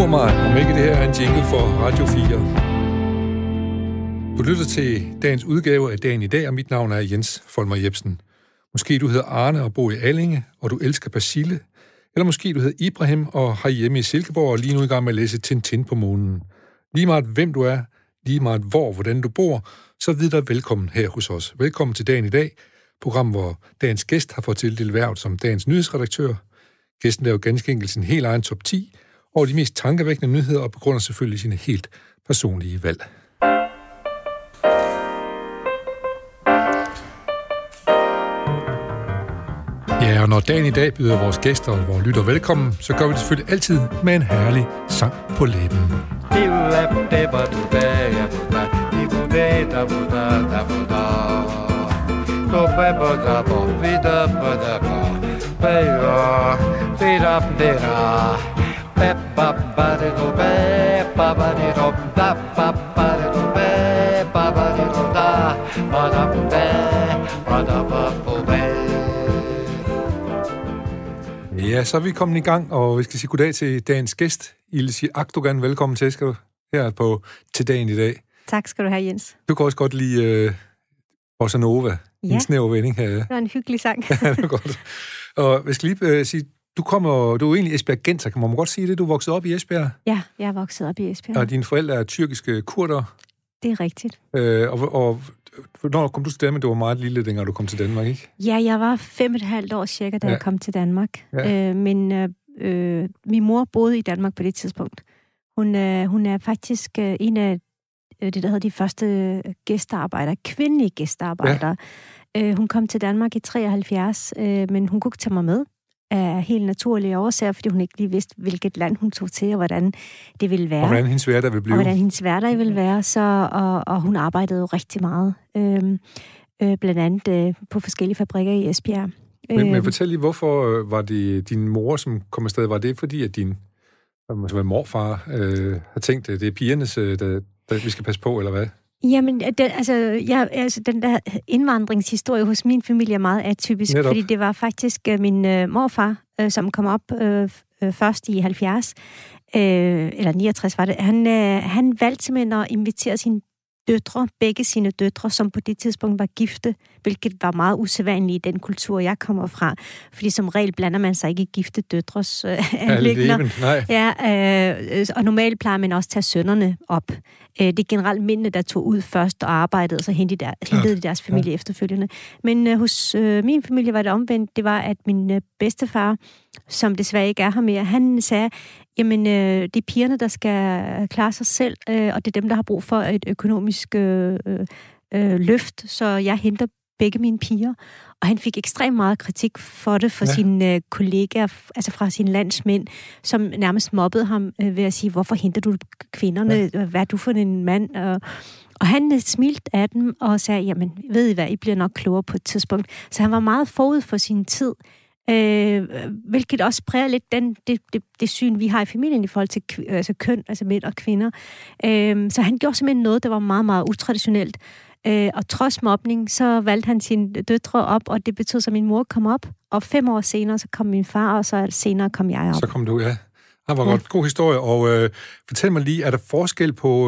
Lur mig, om ikke det her er en jingle for Radio 4. Du lytter til dagens udgave af Dagen i dag, og mit navn er Jens Folmer Jebsen. Måske du hedder Arne og bor i Allinge, og du elsker persille. Eller måske du hedder Ibrahim og har hjemme i Silkeborg og lige nu i gang med at læse Tintin på månen. Lige meget hvem du er, lige meget hvordan du bor, så vid dig velkommen her hos os. Velkommen til Dagen i dag, program, hvor dagens gæst har fået tildelt hvervet som dagens nyhedsredaktør. Gæsten laver ganske enkelt sin helt egen top 10 over de mest tankevækkende nyheder og begrunder selvfølgelig sine helt personlige valg. Ja, og når Dagen i dag byder vores gæster og vores lytter velkommen, så gør vi det selvfølgelig altid med en herlig sang på læben. Ja, så er vi kommet i gang, og vi skal sige goddag til dagens gæst, Ilse Akdogan. Velkommen til, skal du her til Dagen i dag. Tak skal du have, Jens. Du kan også godt lide Bossa Nova. En snæver vending her. Det var en hyggelig sang. Ja, det er godt. Og jeg skal lige sige, du er jo egentlig esbjergenser, kan man godt sige det? Du er vokset op i Esbjerg? Ja, jeg er vokset op i Esbjerg. Og dine forældre er tyrkiske kurder? Det er rigtigt. Og når kom du til Danmark? Du var meget lille, dengang du kom til Danmark, ikke? Ja, jeg var 5,5 år cirka, da jeg kom til Danmark. Ja. Men min mor boede i Danmark på det tidspunkt. Hun er faktisk en af det, der hedder de første gæstearbejdere, kvindelige gæstearbejdere. Ja. Hun kom til Danmark i 73, men hun kunne ikke tage mig med af helt naturlige årsager, fordi hun ikke lige vidste, hvilket land hun tog til, og hvordan det ville være. Og hvordan hendes hverdag ville blive. Og hvordan hendes hverdag ville være, og hun arbejdede jo rigtig meget. Blandt andet på forskellige fabrikker i Esbjerg. Men fortæl lige, hvorfor var det din mor, som kom afsted? Var det fordi, at din morfar har tænkt, at det er pigernes, der vi skal passe på, eller hvad? Jamen, den der indvandringshistorie hos min familie er meget atypisk, fordi det var faktisk min morfar, som kom op først i 70, eller 69 var det. Han valgte simpelthen at invitere begge sine døtre, som på det tidspunkt var gifte, hvilket var meget usædvanligt i den kultur, jeg kommer fra. Fordi som regel blander man sig ikke i gifte døtres anliggender. Og normalt plejer man også at tage sønnerne op. Det er generelt mændene, der tog ud først og arbejdede, og så hentede de deres familie efterfølgende. Men hos min familie var det omvendt. Det var, at min bedstefar, som desværre ikke er her mere, han sagde, jamen, det er pigerne, der skal klare sig selv, og det er dem, der har brug for et økonomisk løft, så jeg henter begge mine piger. Og han fik ekstremt meget kritik for det fra sine kollegaer, altså fra sine landsmænd, som nærmest mobbede ham ved at sige, hvorfor henter du kvinderne? Hvad er du for en mand? Og han smilte af dem og sagde, jamen, ved I hvad, I bliver nok klogere på et tidspunkt. Så han var meget forud for sin tid. Hvilket også præger lidt det syn, vi har i familien i forhold til køn, altså mænd og kvinder. Så han gjorde simpelthen noget, der var meget, meget utraditionelt. Og trods mobning, så valgte han sine døtre op, og det betød, at min mor kom op. Og 5 år senere, så kom min far, og så senere kom jeg op. Så kom du, ja. Det var godt. God historie. Og fortæl mig lige, er der forskel på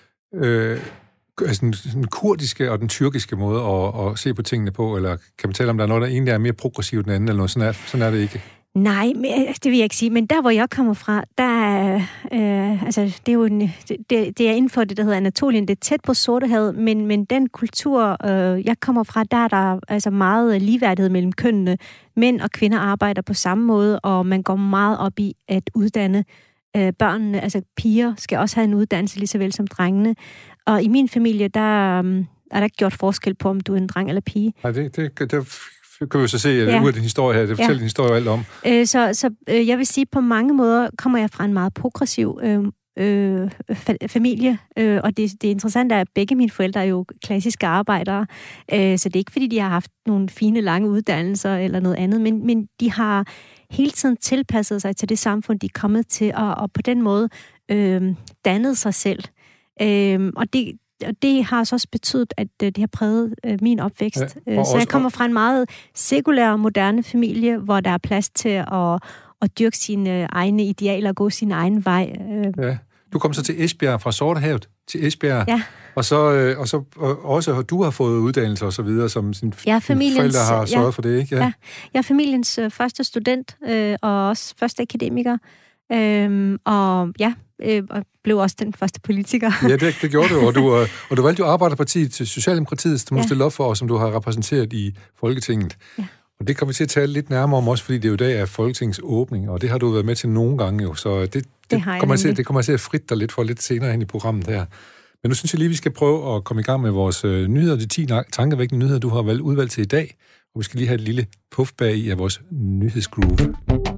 den kurdiske og den tyrkiske måde at se på tingene på, eller kan man tale om, der er noget, der egentlig er mere progressivt end anden, eller noget? Sådan er det ikke. Nej, det vil jeg ikke sige. Men der, hvor jeg kommer fra, der det er jo det er inden for det, der hedder Anatolien. Det er tæt på Sortehavet, men den kultur, jeg kommer fra, der er der altså meget ligeværdighed mellem kønnene. Mænd og kvinder arbejder på samme måde, og man går meget op i at uddanne børnene. Altså piger skal også have en uddannelse, lige så vel som drengene. Og i min familie, der er der ikke gjort forskel på, om du er en dreng eller pige. Nej, det kan vi jo så se ud af din historie her. Det fortæller din historie alt om. Så jeg vil sige, på mange måder kommer jeg fra en meget progressiv familie, og det interessante er, at begge mine forældre er jo klassiske arbejdere, så det er ikke, fordi de har haft nogle fine, lange uddannelser eller noget andet, men de har hele tiden tilpasset sig til det samfund, de er kommet til, og på den måde dannet sig selv. Og det har så også betydet, at det har præget min opvækst. Så jeg kommer fra en meget sekulær og moderne familie, hvor der er plads til at dyrke sine egne idealer og gå sin egen vej. Ja. Du kom så til Esbjerg, fra Sortehavet til Esbjerg, ja. og så også du har fået uddannelse og så videre, som sine forældre har sørget for det, ikke? Ja. Ja. Jeg er familiens første student, og også første akademiker, og blev også den første politiker. Ja, det gjorde du, og du valgte jo Arbejderpartiet til Socialdemokratiet, som du stillede op for, og som du har repræsenteret i Folketinget. Ja. Og det kommer vi til at tale lidt nærmere om også, fordi det er jo i dag af Folketingets åbning, og det har du været med til nogle gange jo, så det kommer til at fritte dig lidt for lidt senere hen i programmet her. Men nu synes jeg lige, vi skal prøve at komme i gang med vores nyheder, de 10 tankevækkende nyheder, du har udvalgt til i dag, og vi skal lige have et lille puff bag i af vores nyhedsgroove.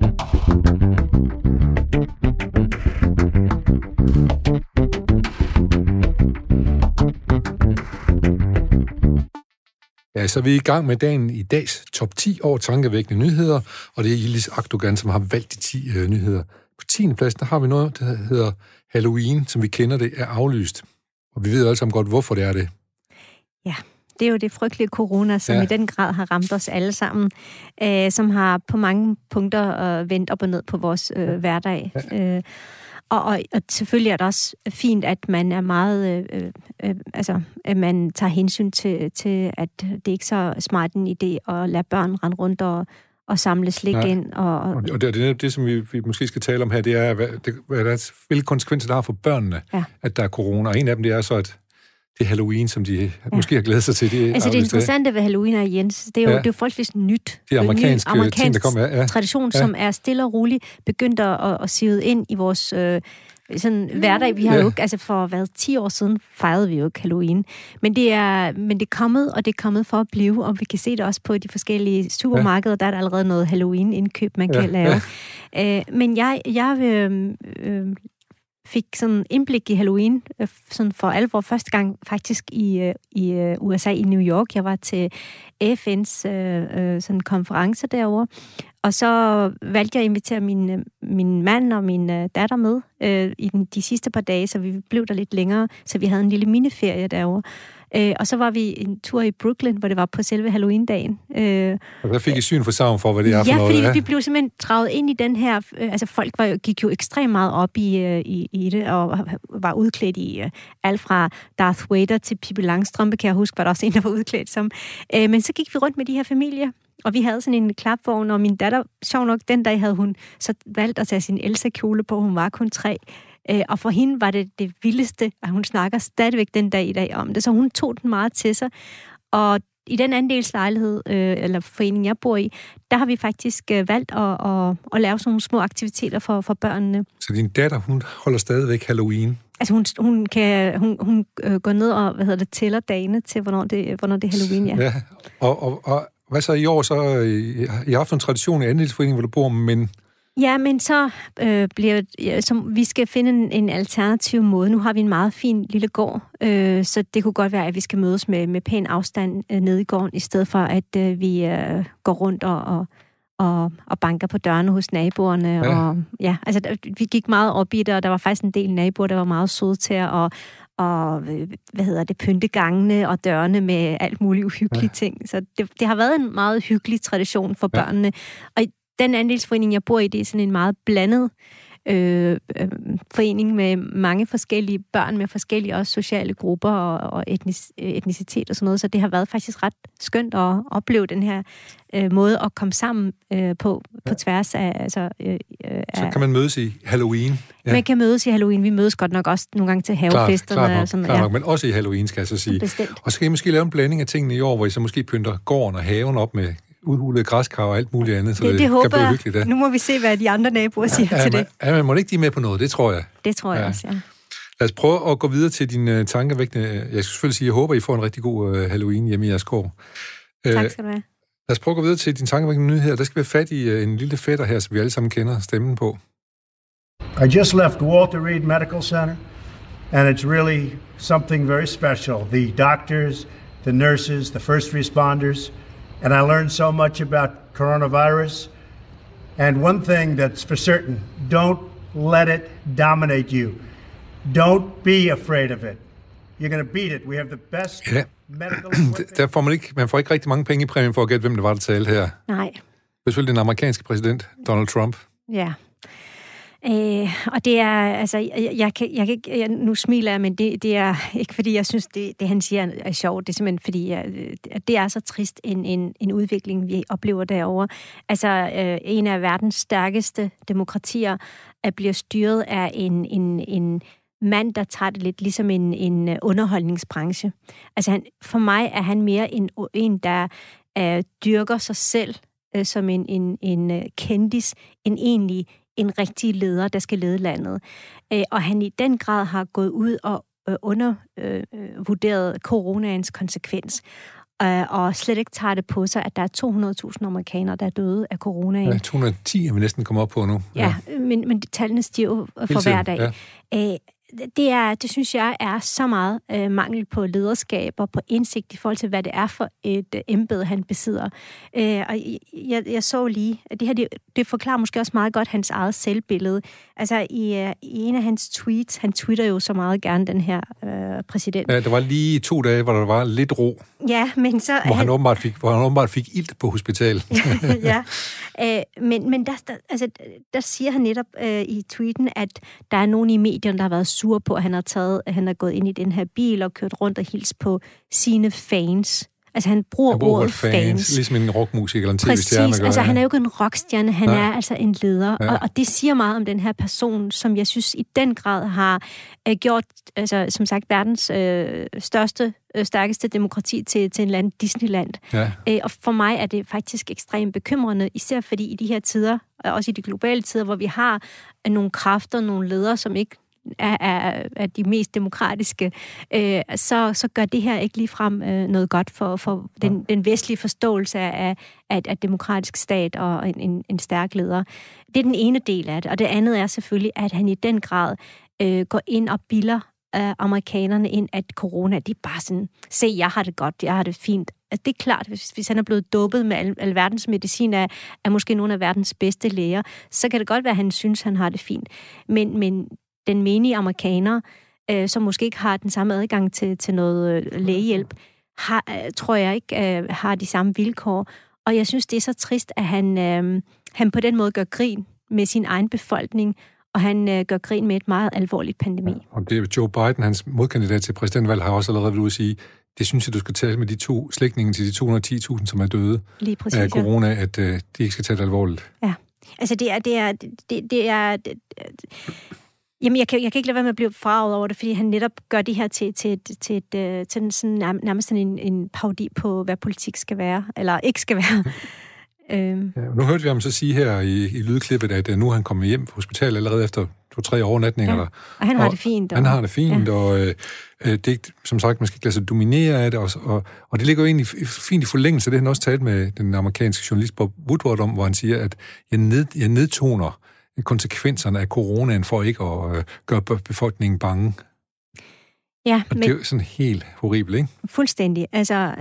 Ja, så er vi i gang med dagen i dags top 10 over tankevækkende nyheder, og det er Yildiz Akdogan, som har valgt de 10 nyheder. På 10. plads, der har vi noget, der hedder Halloween, som vi kender det, er aflyst. Og vi ved alle sammen godt, hvorfor det er det. Ja, det er jo det frygtelige corona, som i den grad har ramt os alle sammen, som har på mange punkter vendt op og ned på vores hverdag. Ja. Og selvfølgelig er det også fint, at man er meget, at man tager hensyn til, at det ikke så smart en idé at lade børn rende rundt og samle slik ind. Og det er netop det, som vi måske skal tale om her, det er, hvilke konsekvenser der har for børnene, at der er corona. Og en af dem, det er så, at det er Halloween, som de måske har glædet sig til. Det interessante ved Halloween er, Jens, det er jo forholdsvis nyt. Det er amerikansk ting, der kommer. Tradition, som er stille og roligt begyndt at sive ind i vores sådan hverdag. Vi har jo ikke, for 10 år siden fejrede vi jo ikke Halloween. Men det er kommet, og det er kommet for at blive, og vi kan se det også på de forskellige supermarkeder, der er der allerede noget Halloween-indkøb, man kan lave. Men jeg fik sådan indblik i Halloween sådan for alvor første gang faktisk i USA, i New York. Jeg var til FN's sådan konference derovre, og så valgte jeg at invitere min mand og min datter med i de sidste par dage, så vi blev der lidt længere, så vi havde en lille miniferie derovre. Og så var vi en tur i Brooklyn, hvor det var på selve Halloween-dagen. Og der fik I syn for savn for, hvad det er for noget. Ja, fordi vi blev simpelthen draget ind i den her. Folk gik jo ekstremt meget op i det, og var udklædt i alt fra Darth Vader til Pippi Langstrømpe, kan jeg huske, var der også en, der var udklædt som. Men så gik vi rundt med de her familier, og vi havde sådan en klapvogn, og min datter, sjov nok, den dag havde hun så valgt at tage sin Elsa-kjole på, hun var kun 3. Og for hende var det vildeste, at hun snakker stadigvæk den dag i dag om det. Så hun tog den meget til sig. Og i den andelslejlighed, eller forening, jeg bor i, der har vi faktisk valgt at lave sådan nogle små aktiviteter for børnene. Så din datter, hun holder stadigvæk Halloween? Altså hun går ned og tæller dagene til, hvornår det er Halloween, ja. Og hvad så i år? Så I har haft en tradition i andelsforeningen, hvor du bor, men... Ja, men så vi skal finde en alternativ måde. Nu har vi en meget fin lille gård, så det kunne godt være, at vi skal mødes med pæn afstand nede i gården, i stedet for, at vi går rundt og banker på dørene hos naboerne. Ja. Og, vi gik meget op i det, og der var faktisk en del naboer, der var meget søde til at pynte gangene og dørene med alt muligt uhyggelige ting. Så det har været en meget hyggelig tradition for børnene. Og den andelsforening, jeg bor i, det er sådan en meget blandet forening med mange forskellige børn, med forskellige også sociale grupper og etnicitet og sådan noget. Så det har været faktisk ret skønt at opleve den her måde at komme sammen på tværs af... Så kan man mødes i Halloween? Ja. Man kan mødes i Halloween. Vi mødes godt nok også nogle gange til havefesterne. Klart nok, men også i Halloween, skal jeg så sige. Bestemt. Og så skal I måske lave en blanding af tingene i år, hvor I så måske pynter gården og haven op med udhulede græskar og alt muligt andet, så det håber kan blive hyggeligt. Ja. Nu må vi se, hvad de andre naboer siger til det. Men må ikke de med på noget? Det tror jeg. Det tror jeg også, ja. Lad os prøve at gå videre til dine tankevækkende... Jeg skal selvfølgelig sige, at jeg håber, I får en rigtig god Halloween hjemme i jeres gård. Tak skal du have. Lad os prøve at gå videre til dine tankevækkende nyheder. Der skal vi have fat i en lille fætter her, som vi alle sammen kender stemmen på. I just left Walter Reed Medical Center, and it's really something very special. The doctors, the nurses, the first responders... And I learned so much about coronavirus. And one thing that's for certain, don't let it dominate you. Don't be afraid of it. You're going to beat it. We have the best medical equipment. Man får ikke rigtig mange penge i præmien for at gætte, hvem det var, der talte her. Nej. Det er selvfølgelig den amerikanske præsident, Donald Trump. Ja. Og det er, altså, jeg kan ikke, nu smiler jeg, men det er ikke, fordi jeg synes, det han siger er sjovt. Det er simpelthen, fordi det er så trist en udvikling, vi oplever derovre. Altså, en af verdens stærkeste demokratier bliver styret af en mand, der tager det lidt ligesom en underholdningsbranche. Altså, for mig er han mere en der dyrker sig selv som en kendis, en egentlig en rigtig leder, der skal lede landet. Og han i den grad har gået ud og undervurderet coronaens konsekvens. Og slet ikke tager det på sig, at der er 200.000 amerikanere, der er døde af coronaen. Ja, 210 er vi næsten kommet op på nu. Ja, men tallene stiger for hver dag. Ja. Det synes jeg er så meget mangel på lederskab og på indsigt i forhold til, hvad det er for et embede, han besidder. Og jeg så lige, at det her, det forklarer måske også meget godt hans eget selvbillede. Altså i en af hans tweets, han twitter jo så meget gerne den her præsident. Ja, der var lige 2 dage, hvor der var lidt ro. Ja, men så... Hvor han åbenbart fik ilt på hospitalet. Ja, men der siger han netop i tweeten, at der er nogen i medierne, der har været sur på, at han har gået ind i den her bil og kørt rundt og hilst på sine fans. Altså, han bruger ordet fans. Ligesom en rockmusik eller en tv-stjerne. Præcis, altså han er jo ikke en rockstjerne, han er altså en leder. Ja. Og det siger meget om den her person, som jeg synes i den grad har gjort, altså som sagt, verdens stærkeste demokrati til en land, Disneyland. Ja. Og for mig er det faktisk ekstremt bekymrende, især fordi i de her tider, også i de globale tider, hvor vi har nogle kræfter, nogle ledere, som ikke er de mest demokratiske, så gør det her ikke ligefrem noget godt for den vestlige forståelse af et demokratisk stat og en stærk leder. Det er den ene del af det, og det andet er selvfølgelig, at han i den grad går ind og bilder amerikanerne ind, at corona, det er bare sådan, se, jeg har det godt, jeg har det fint. Altså, det er klart, hvis han er blevet dopet med alverdens medicin af måske nogle af verdens bedste læger, så kan det godt være, at han synes, han har det fint. Men den menige amerikaner, som måske ikke har den samme adgang til noget lægehjælp, tror jeg ikke har de samme vilkår. Og jeg synes, det er så trist, at han på den måde gør grin med sin egen befolkning, og han gør grin med et meget alvorligt pandemi. Ja, og det er Joe Biden, hans modkandidat til præsidentvalg, har også allerede været ude at sige, det synes jeg, du skal tale med de 2 slægtninge til de 210.000, som er døde af corona, at de ikke skal tage det alvorligt. Ja, altså det er jamen, jeg kan ikke lade være med at blive farvet over det, fordi han netop gør det her til sådan, nærmest en parodi på, hvad politik skal være, eller ikke skal være. Ja, nu hørte vi ham så sige her i lydklippet, at nu er han kommet hjem fra hospitalet allerede efter 2-3 overnatninger. Ja, og han har det fint. Han har det fint, ja. Og det, som sagt, man skal ikke lade sig dominere af det, og det ligger jo egentlig fint i forlængelse af det, han også talte med den amerikanske journalist Bob Woodward om, hvor han siger, at jeg nedtoner konsekvenserne af coronaen for ikke at gøre befolkningen bange. Ja, og det er jo sådan helt horribelt, ikke? Fuldstændig. Altså,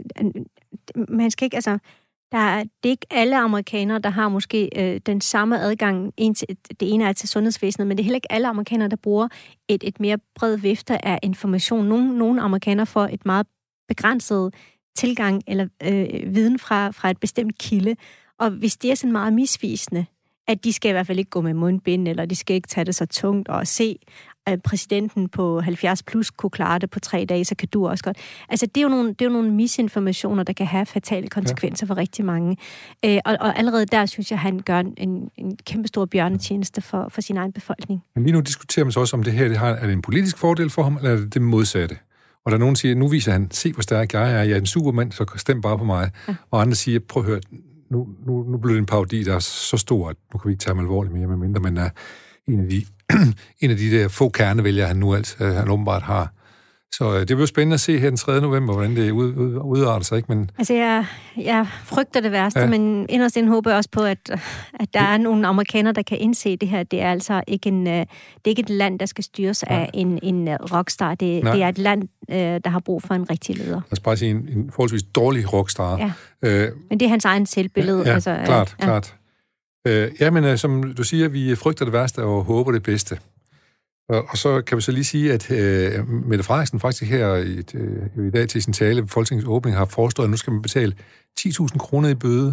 man skal ikke, altså, det er ikke alle amerikanere, der har måske den samme adgang. Det ene er til sundhedsvæsenet, men det er heller ikke alle amerikanere, der bruger et mere bred vifte af information. Nogle amerikanere får et meget begrænset tilgang eller viden fra et bestemt kilde. Og hvis det er sådan meget misvisende, at de skal i hvert fald ikke gå med mundbind, eller de skal ikke tage det så tungt og se, at præsidenten på 70 plus kunne klare det på 3 dage, så kan du også godt. Altså, det er jo nogle misinformationer, der kan have fatale konsekvenser for rigtig mange. Og allerede der synes jeg, at han gør en kæmpe stor bjørnetjeneste for sin egen befolkning. Men lige nu diskuterer man så også, om det her er det en politisk fordel for ham, eller er det modsatte? Og der er nogen, der siger, nu viser han, se hvor stærk jeg er, jeg er en supermand, så stem bare på mig. Ja. Og andre siger, prøv at høre, nu blev det en parodi, der er så stor, at nu kan vi ikke tage ham alvorligt mere, medmindre man er en af de der få kernevælgere, han åbenbart har. Så det bliver spændende at se her den 3. november, hvordan det udarter sig, ikke? Men altså, jeg frygter det værste, men inderst inden håber jeg også på, at der er nogle amerikanere, der kan indse det her. Det er altså ikke det er ikke et land, der skal styres af en rockstar. Det er et land, der har brug for en rigtig leder. Lad os bare sige en forholdsvis dårlig rockstar. Ja. Men det er hans egen selvbillede. Ja, altså, klart. Men som du siger, vi frygter det værste og håber det bedste. Og så kan vi så lige sige, at Mette Frederiksen faktisk her i dag til sin tale ved Folketingets åbning har foreslået, at nu skal man betale 10.000 kroner i bøde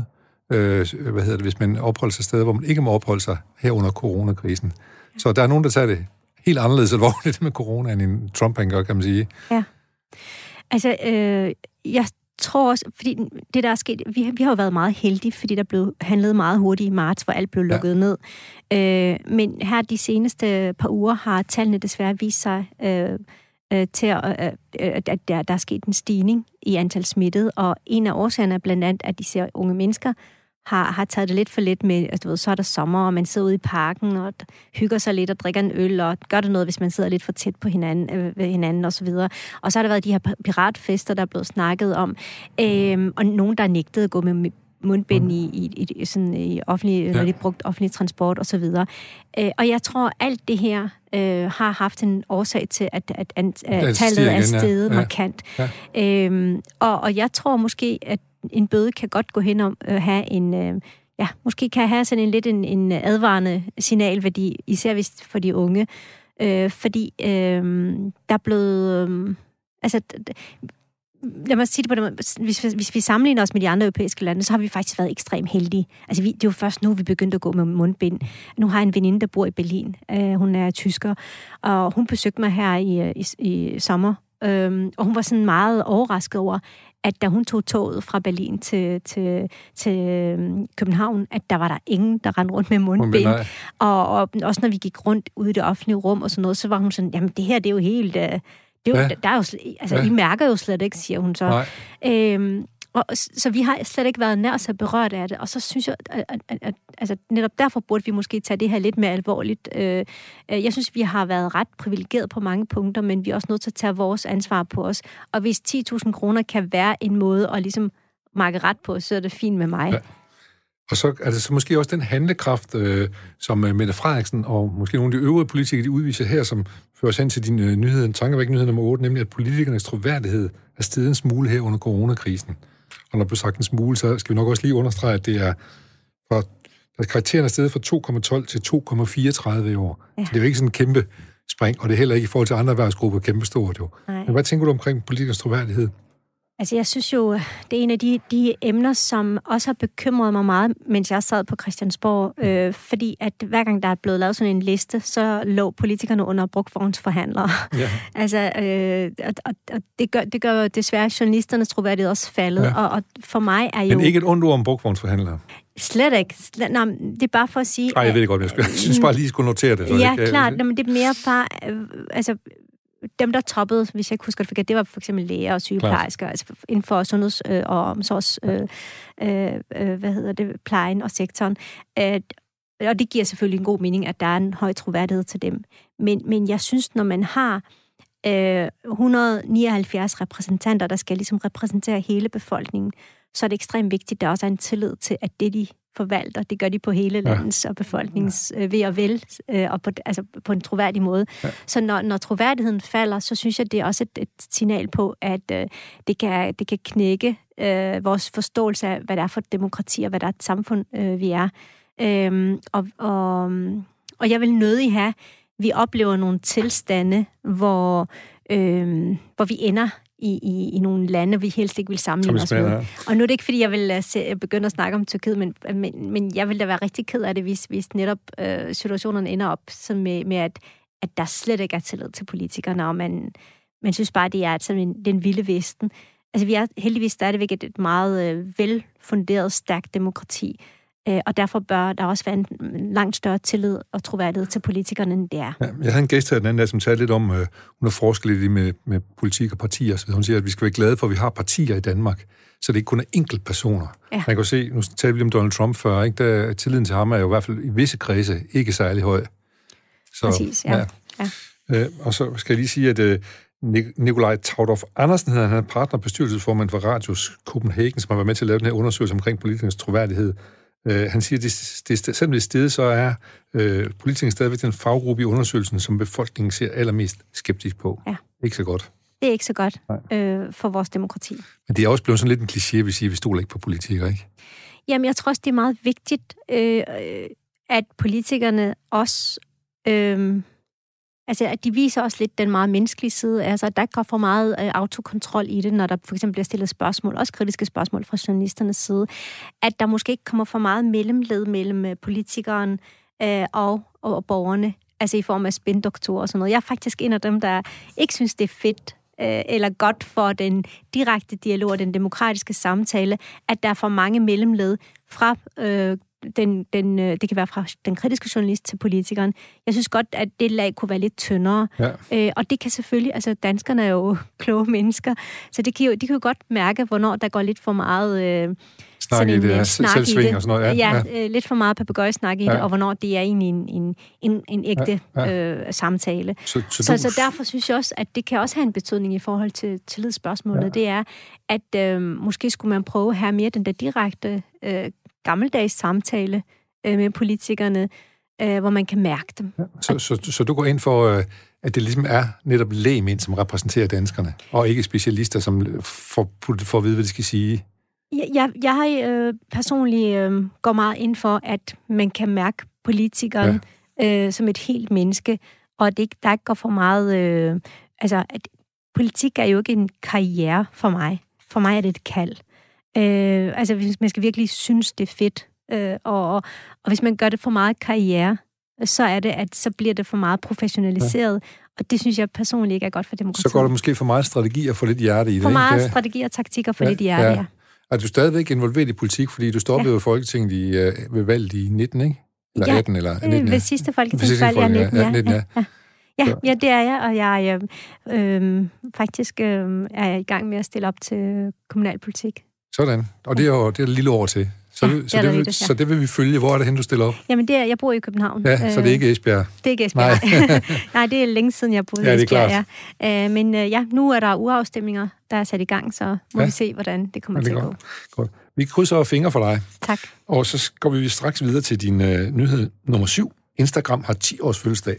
hvis man opholder sig steder, hvor man ikke må opholde sig her under coronakrisen. Så der er nogen, der tager det helt anderledes alvorligt med corona, end Trump han gør, kan man sige. Ja. Altså, jeg tror også, fordi det, der er sket, vi har jo været meget heldige, fordi der blev handlet meget hurtigt i marts, hvor alt blev lukket ned. Men her de seneste par uger har tallene desværre vist sig til, at der er sket en stigning i antal smittede, og en af årsagerne er blandt andet, at de ser unge mennesker har taget det lidt for let med, altså, du ved, så er der sommer, og man sidder ude i parken og hygger sig lidt og drikker en øl, og gør det noget, hvis man sidder lidt for tæt på hinanden og så videre. Og så har der været de her piratfester, der er blevet snakket om, og nogen, der nægtede at gå med mundbind i offentlig, når de brugt offentlig transport og så videre. Og jeg tror, alt det her har haft en årsag til, at tallet er steget markant. Ja. Og jeg tror måske, at en bøde kan godt gå hen om at have en... måske kan have sådan en advarende signalværdi, især hvis for de unge. Fordi der er blevet... lad mig sige det på den måde. Hvis vi sammenligner os med de andre europæiske lande, så har vi faktisk været ekstremt heldige. Altså, det er jo først nu, vi begyndte at gå med mundbind. Nu har jeg en veninde, der bor i Berlin. Hun er tysker, og hun besøgte mig her i sommer. Og hun var sådan meget overrasket over, at da hun tog toget fra Berlin til København, at der var der ingen, der rendte rundt med mundbind. Og også når vi gik rundt ude i det offentlige rum og sådan noget, så var hun sådan, jamen det her, det er jo helt... der er jo, I mærker jo slet ikke, siger hun så. Så vi har slet ikke været nær så berørt af det, og så synes jeg, at netop derfor burde vi måske tage det her lidt mere alvorligt. Jeg synes, vi har været ret privilegeret på mange punkter, men vi er også nødt til at tage vores ansvar på os. Og hvis 10.000 kroner kan være en måde at ligesom markere ret på, så er det fint med mig. Ja. Og så er det så måske også den handlekraft, som Mette Frederiksen og måske nogle af de øvrige politikere, de udviser her, som fører os hen til din nyhed, tankevækkende nyhed nummer 8, nemlig at politikernes troværdighed er steget en smule her under coronakrisen. Og når du sagt en smule, så skal vi nok også lige understrege, at det er karakteren er steget fra 2,12 til 2,34 i år. Ja. Så det er jo ikke sådan en kæmpe spring, og det er heller ikke i forhold til andre erhvervsgrupper kæmpestort jo. Men hvad tænker du omkring politikernes troværdighed? Altså, jeg synes jo, det er en af de emner, som også har bekymret mig meget, mens jeg sad på Christiansborg, fordi at hver gang der er blevet lavet sådan en liste, så lå politikerne under brugtvognsforhandlere. Ja. Altså, og det gør desværre journalisternes troværdighed også faldet, ja. Og for mig er jo... Men ikke et ondt ord om brugtvognsforhandlere? Slet ikke. Nej, det er bare for at sige... Nej, jeg ved det godt, jeg synes bare lige skulle notere det. Ja, klart. Men det er mere bare... dem, der toppede, hvis jeg ikke husker det forkert, det var for eksempel læger og sygeplejersker, altså inden for sundheds- og omsorgs, plejen og sektoren. Og det giver selvfølgelig en god mening, at der er en høj troværdighed til dem. Men jeg synes, når man har 179 repræsentanter, der skal ligesom repræsentere hele befolkningen, så er det ekstremt vigtigt, at der også er en tillid til, at det, de forvalter, det gør de på hele landets og befolkningens ved og vel, og på en troværdig måde. Ja. Så når troværdigheden falder, så synes jeg, det er også et signal på, at det kan knække vores forståelse af, hvad det er for et demokrati, og hvad der er et samfund, vi er. Og jeg vil nødig have, vi oplever nogle tilstande, hvor vi ender i nogle lande, vi helst ikke vil sammenligne os med. Og nu er det ikke, fordi jeg vil begynde at snakke om Tyrkiet, men jeg vil da være rigtig ked af det, hvis netop situationerne ender op med at der slet ikke er tillid til politikerne, og man synes bare, det er sådan den vilde vesten. Altså, vi er heldigvis stadigvæk et meget velfunderet, stærkt demokrati, og derfor bør der også være en langt større tillid og troværdighed til politikerne, end det er. Ja, jeg havde en gæst her den anden dag, som talte lidt om, hun har forsket lidt med politik og partier, så hun siger, at vi skal være glade for, at vi har partier i Danmark, så det ikke kun er enkeltpersoner. Ja. Man kan se, nu talte vi om Donald Trump før, ikke? Der, tilliden til ham er jo i hvert fald i visse kredse ikke særlig høj. Så, præcis, ja. Og så skal jeg lige sige, at Nikolaj Taudorf Andersen hedder, han er partner- og bestyrelsesformand for Radius Copenhagen, som har været med til at lave den her undersøgelse omkring politikernes troværdighed. Han siger, at selvom det er stedet, så er politikerne stadigvæk den faggruppe i undersøgelsen, som befolkningen ser allermest skeptisk på. Ja. Ikke så godt. Det er ikke så godt for vores demokrati. Men det er også blevet sådan lidt en kliché, vi siger, at vi stoler ikke på politikere, ikke? Jamen, jeg tror også, det er meget vigtigt, at politikerne også Altså, at de viser også lidt den meget menneskelige side. Altså, der går for meget autokontrol i det, når der for eksempel bliver stillet spørgsmål, også kritiske spørgsmål fra journalisternes side. At der måske ikke kommer for meget mellemled mellem politikeren og borgerne, altså i form af spindoktorer og sådan noget. Jeg er faktisk en af dem, der ikke synes, det er fedt eller godt for den direkte dialog og den demokratiske samtale, at der er for mange mellemled fra det kan være fra den kritiske journalist til politikeren. Jeg synes godt, at det lag kunne være lidt tyndere. Ja. Og det kan selvfølgelig, altså danskerne er jo kloge mennesker, så de kan jo godt mærke, hvornår der går lidt for meget snak i det, selvsving og sådan noget. Ja, lidt for meget papegøjesnak i det, og hvornår det er egentlig en ægte samtale. Så derfor synes jeg også, at det kan også have en betydning i forhold til tillidsspørgsmålet. Ja. Det er, at måske skulle man prøve at have mere den der direkte gammeldags samtale med politikerne, hvor man kan mærke dem. Ja. Så du går ind for, at det ligesom er netop lægmænd, som repræsenterer danskerne, og ikke specialister, som får at vide, hvad de skal sige? Jeg personligt går meget ind for, at man kan mærke politikeren som et helt menneske, og at der ikke går for meget... at politik er jo ikke en karriere for mig. For mig er det et kald. Hvis man skal virkelig synes, det er fedt, og hvis man gør det for meget karriere, så er det, at så bliver det for meget professionaliseret, og det synes jeg personligt ikke er godt for demokratiet. Så går det måske for meget strategi og for lidt hjerte i det, for meget strategi og taktik og for lidt hjerte, ja. Er du stadigvæk involveret i politik, fordi du stoppede jo Folketinget ved valget i 19, ikke? Eller 18 eller 19, ved sidste folketingsvalg, ja, 19, Ja, det er jeg, og jeg faktisk er i gang med at stille op til kommunalpolitik. Sådan, og det er et lille år til. Så det vil vi følge. Hvor er det hen, du stiller op? Jamen, jeg bor i København. Ja, så det er ikke Esbjerg? Det er ikke Esbjerg. Nej, det er længe siden, jeg boede i Esbjerg. Ja. Men nu er der urafstemninger, der er sat i gang, så må vi se, hvordan det kommer til at gå. Godt. Vi krydser fingre for dig. Tak. Og så går vi straks videre til din nyhed nummer 7. Instagram har 10 års fødselsdag.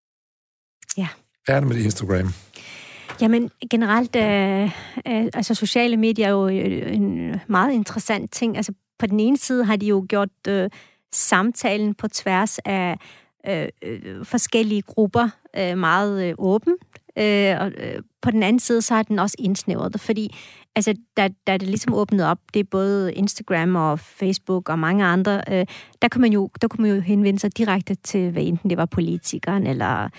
Ja. Hvad er det med det Instagram? Jamen, generelt, sociale medier er jo en meget interessant ting. Altså, på den ene side har de jo gjort samtalen på tværs af forskellige grupper meget åben. Og på den anden side, så har den også indsnævret, fordi altså, da det ligesom åbnede op, det er både Instagram og Facebook og mange andre, der kunne man jo henvende sig direkte til, hvad enten det var politikeren, eller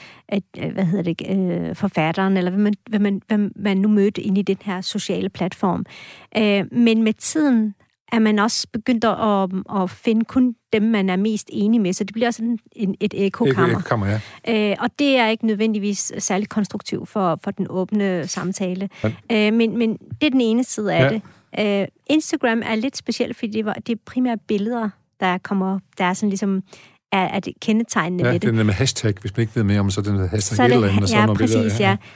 forfatteren, eller hvad man nu mødte ind i den her sociale platform. Men med tiden er man også begyndt at finde kun dem, man er mest enig med, så det bliver også et ekokammer. Ja. Og det er ikke nødvendigvis særlig konstruktivt for den åbne samtale. Ja. Men det er den ene side af det. Instagram er lidt specielt, fordi det er primært billeder, der er sådan ligesom er det kendetegnende med det. Ja, den der med hashtag, hvis man ikke ved mere om, så den hashtag et eller andet. Og sådan noget præcis,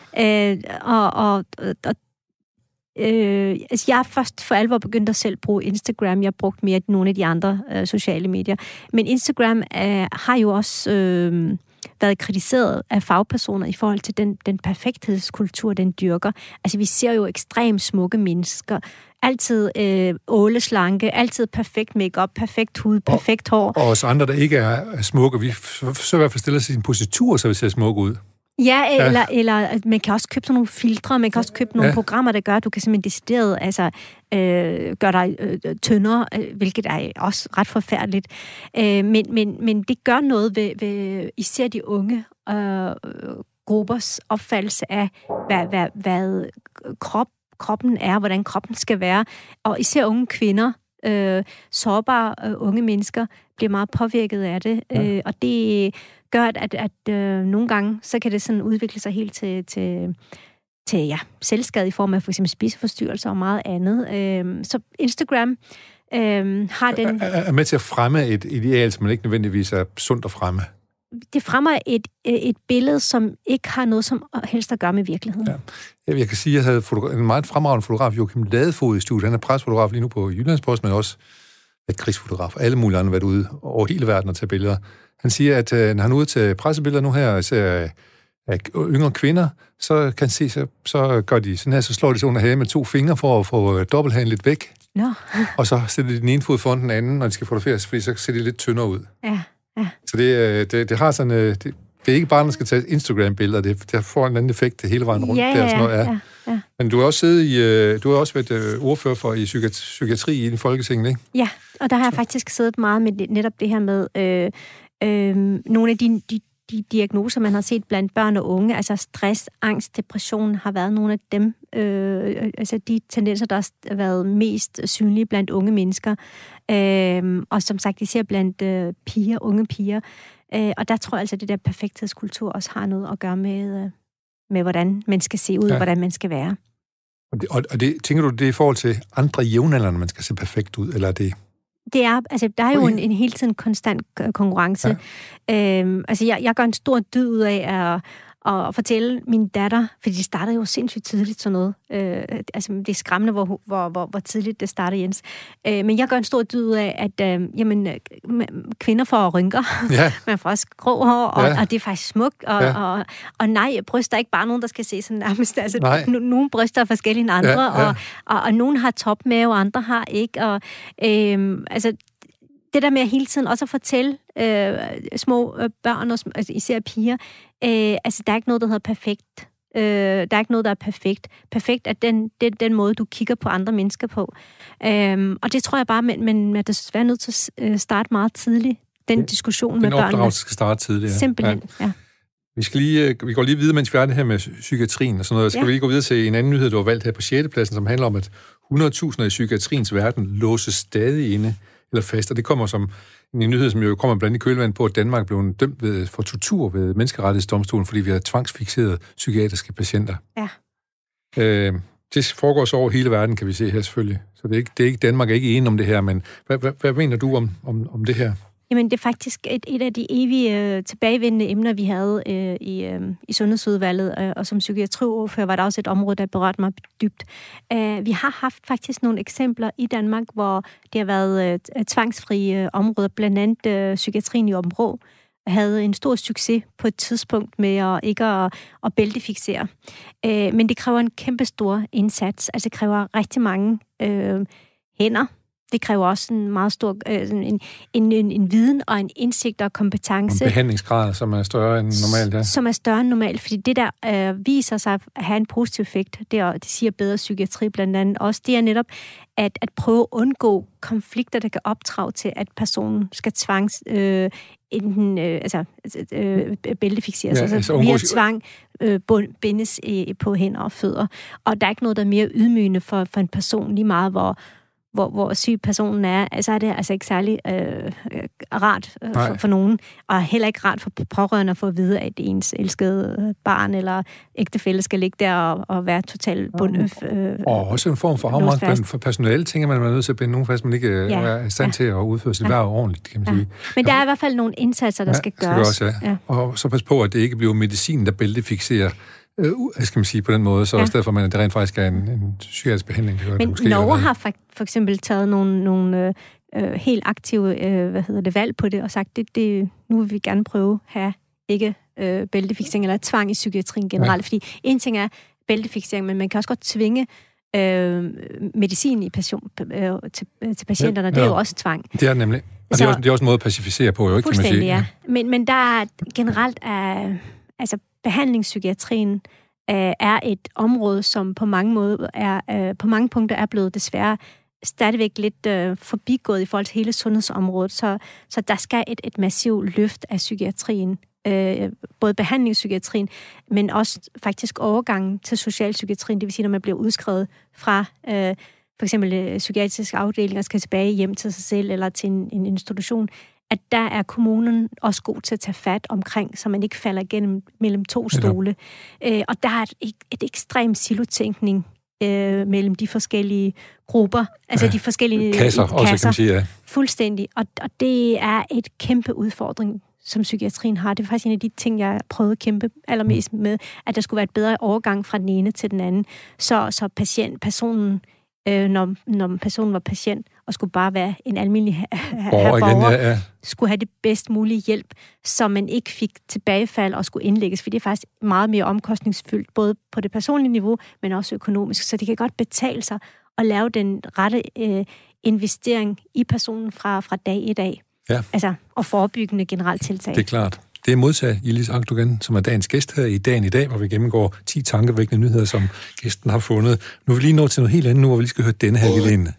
billeder, jeg er først for alvor begyndt at selv bruge Instagram. Jeg har brugt mere nogle af de andre sociale medier. Men Instagram har jo også været kritiseret af fagpersoner i forhold til den perfekthedskultur, den dyrker. Altså, vi ser jo ekstremt smukke mennesker. Altid åleslanke, altid perfekt makeup, perfekt hud, perfekt hår. Og os andre, der ikke er smukke, vi så i hvert fald stiller os i en positur, så vi ser smukke ud. Ja, eller man kan også købe sådan nogle filtre, man kan også købe nogle programmer, der gør, at du kan simpelthen decideret gøre dig tyndere, hvilket er også ret forfærdeligt. Men det gør noget ved især de unge gruppers opfattelse af, hvad kroppen er, hvordan kroppen skal være. Og især unge kvinder, sårbare unge mennesker, bliver meget påvirket af det. Og det gør, at nogle gange, så kan det sådan udvikle sig helt til selvskade i form af for eksempel spiseforstyrrelser og meget andet. Så Instagram har den... Er med til at fremme et ideal, som man ikke nødvendigvis er sundt at fremme? Det fremmer et billede, som ikke har noget som helst at gøre med virkeligheden. Ja. Jeg kan sige, at jeg havde en meget fremragende fotograf, Joachim Ladefod, i studiet. Han er presfotograf lige nu på Jyllandsposten, men også krigsfotograf. Alle mulige andre har været ude over hele verden og tage billeder. Han siger, at når han er ude til pressebilleder nu her, ser af yngre kvinder, så kan han se, så gør de sådan her, så slår de sig under hagen med 2 fingre for at få dobbelthagen lidt væk. No. Og så sætter de den ene fod foran den anden, når de skal fotograferes, fordi så ser de lidt tyndere ud. Ja. Så det har sådan... Det er ikke bare, der skal tage Instagram-billeder, det får en anden effekt hele vejen rundt. Ja. Men du har også været ordfører for i psykiatri i Folketinget, ikke? Ja, og der har jeg faktisk siddet meget med netop det her med nogle af de diagnoser, man har set blandt børn og unge, altså stress, angst, depression, har været nogle af dem, altså de tendenser, der har været mest synlige blandt unge mennesker. Og som sagt, især blandt unge piger. Og der tror jeg altså, at det der perfekthedskultur også har noget at gøre med hvordan man skal se ud, og hvordan man skal være. Og det, tænker du, det er i forhold til andre jævnaldrende, man skal se perfekt ud, eller er det... Det er, altså, der er jo en hele tiden konstant konkurrence. Ja. Altså, jeg gør en stor dyd ud af at fortælle min datter, fordi det starter jo sindssygt tidligt sådan noget. Altså, det er skræmmende, hvor tidligt det starter, Jens. Men jeg gør en stor dyd ud af, at kvinder får rynker. Ja. Man får også grå hår, og det er faktisk smukt. Og nej, bryster er ikke bare nogen, der skal se sådan nærmest. Altså, nogle bryster er forskellige end andre, og nogen har topmave, og andre har ikke. Og altså, det der med at hele tiden også at fortælle små børn, og især piger, altså der er ikke noget, der hedder perfekt. Der er ikke noget, der er perfekt. Perfekt er den måde, du kigger på andre mennesker på. Og det tror jeg bare, men er desværre nødt til at starte meget tidligt, den diskussion med børnene. Den opdragelse skal starte tidligt, ja. Simpelthen, ja. Vi går lige videre, mens vi er det her med psykiatrien og sådan noget. Skal vi lige gå videre til en anden nyhed, du har valgt her på 6. pladsen, som handler om, at 100.000 i psykiatriens verden låses stadig inde eller fast, og det kommer som en nyhed, som jo kommer blandt i kølvandet på, at Danmark blev dømt for tortur ved Menneskerettighedsdomstolen, fordi vi har tvangsfikseret psykiatriske patienter. Ja. Det foregår så over hele verden, kan vi se her selvfølgelig. Så det er ikke Danmark er ikke enig om det her, men hvad mener du om det her? Jamen, det er faktisk et af de evige tilbagevendende emner, vi havde i Sundhedsudvalget, og som psykiatriordfører var der også et område, der berørte mig dybt. Vi har haft faktisk nogle eksempler i Danmark, hvor det har været tvangsfrie områder, blandt andet psykiatrien i Aabenraa havde en stor succes på et tidspunkt med ikke at bæltefixere. Men det kræver en kæmpe stor indsats, altså det kræver rigtig mange hænder. Det kræver også en meget stor en viden og en indsigt og kompetence. En behandlingsgrad, som er større end normalt, ja. Som er større end normalt, fordi det der viser sig at have en positiv effekt, det siger bedre psykiatri blandt andet også, det er netop at prøve at undgå konflikter, der kan optrage til, at personen skal bæltefixeres, altså via tvang bindes på hænder og fødder. Og der er ikke noget, der er mere ydmygende for en person, lige meget hvor syg personen er, altså er det altså ikke særlig rart for nogen, og heller ikke rart for pårørende at få at vide, at ens elskede barn eller ægtefælle skal ligge der og være totalt og også en form for afmagt for personale, tænker man er nødt til at binde nogen fast, man ikke er i stand til at udføre sit værv ordentligt, kan man sige. Men der er i hvert fald nogle indsatser, der skal gøres. Også, Og så pas på, at det ikke bliver medicin, der bæltefixerer, skal man sige på den måde, så også derfor, at det rent faktisk er en psykiatrisk behandling. Men Norge har for eksempel taget nogle helt aktive valg på det, og sagt, nu vil vi gerne prøve at have ikke bæltefixering eller tvang i psykiatrien generelt, fordi en ting er bæltefixering, men man kan også godt tvinge medicin til patienterne, det er jo også tvang. Det er nemlig. Og det er også en måde at pacificere på, jo ikke, kan man sige. Ja. Men der er generelt altså behandlingspsykiatrien er et område, som på mange måder på mange punkter er blevet desværre stadigvæk lidt forbigået i forhold til hele sundhedsområdet. Så der skal et massivt løft af psykiatrien. Både behandlingspsykiatrien, men også faktisk overgangen til socialpsykiatrien, det vil sige, når man bliver udskrevet fra for eksempel psykiatriske afdelinger, skal tilbage hjem til sig selv eller til en institution, at der er kommunen også god til at tage fat omkring, så man ikke falder igennem mellem to stole. Og der er et ekstrem silotænkning mellem de forskellige grupper, altså de forskellige kasser. Også, kan man sige, ja. Fuldstændig. Og det er et kæmpe udfordring, som psykiatrien har. Det er faktisk en af de ting, jeg prøvede at kæmpe allermest med, at der skulle være et bedre overgang fra den ene til den anden. Så personen, når personen var patient, og skulle bare være en almindelig borger, skulle have det bedst mulige hjælp, så man ikke fik tilbagefald og skulle indlægges, for det er faktisk meget mere omkostningsfyldt, både på det personlige niveau, men også økonomisk. Så det kan godt betale sig at lave den rette investering i personen fra dag i dag. Ja. Altså, og forebyggende generelt tiltag. Det er klart. Det er modsat Yildiz Akdogan, som er dagens gæst her i Dagen i dag, hvor vi gennemgår 10 tankevækkende nyheder, som gæsten har fundet. Nu er vi lige nået til noget helt andet nu, hvor vi lige skal høre denne her lille ende.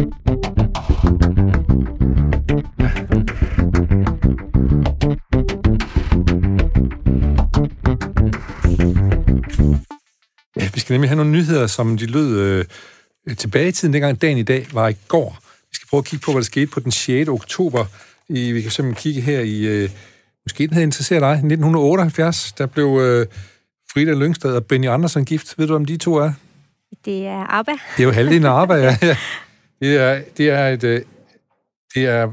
Ja, vi skal nemlig have nogle nyheder, som de lød tilbage i tiden, dengang Dagen i dag var i går. Vi skal prøve at kigge på, hvad der skete på den 6. oktober. Vi kan simpelthen kigge her i, måske den havde interesseret dig, 1978, der blev Frida Lyngstad og Benny Andersson gift. Ved du, om de to er? Det er ABBA. Det er jo halvdelen af ABBA, ja. Det er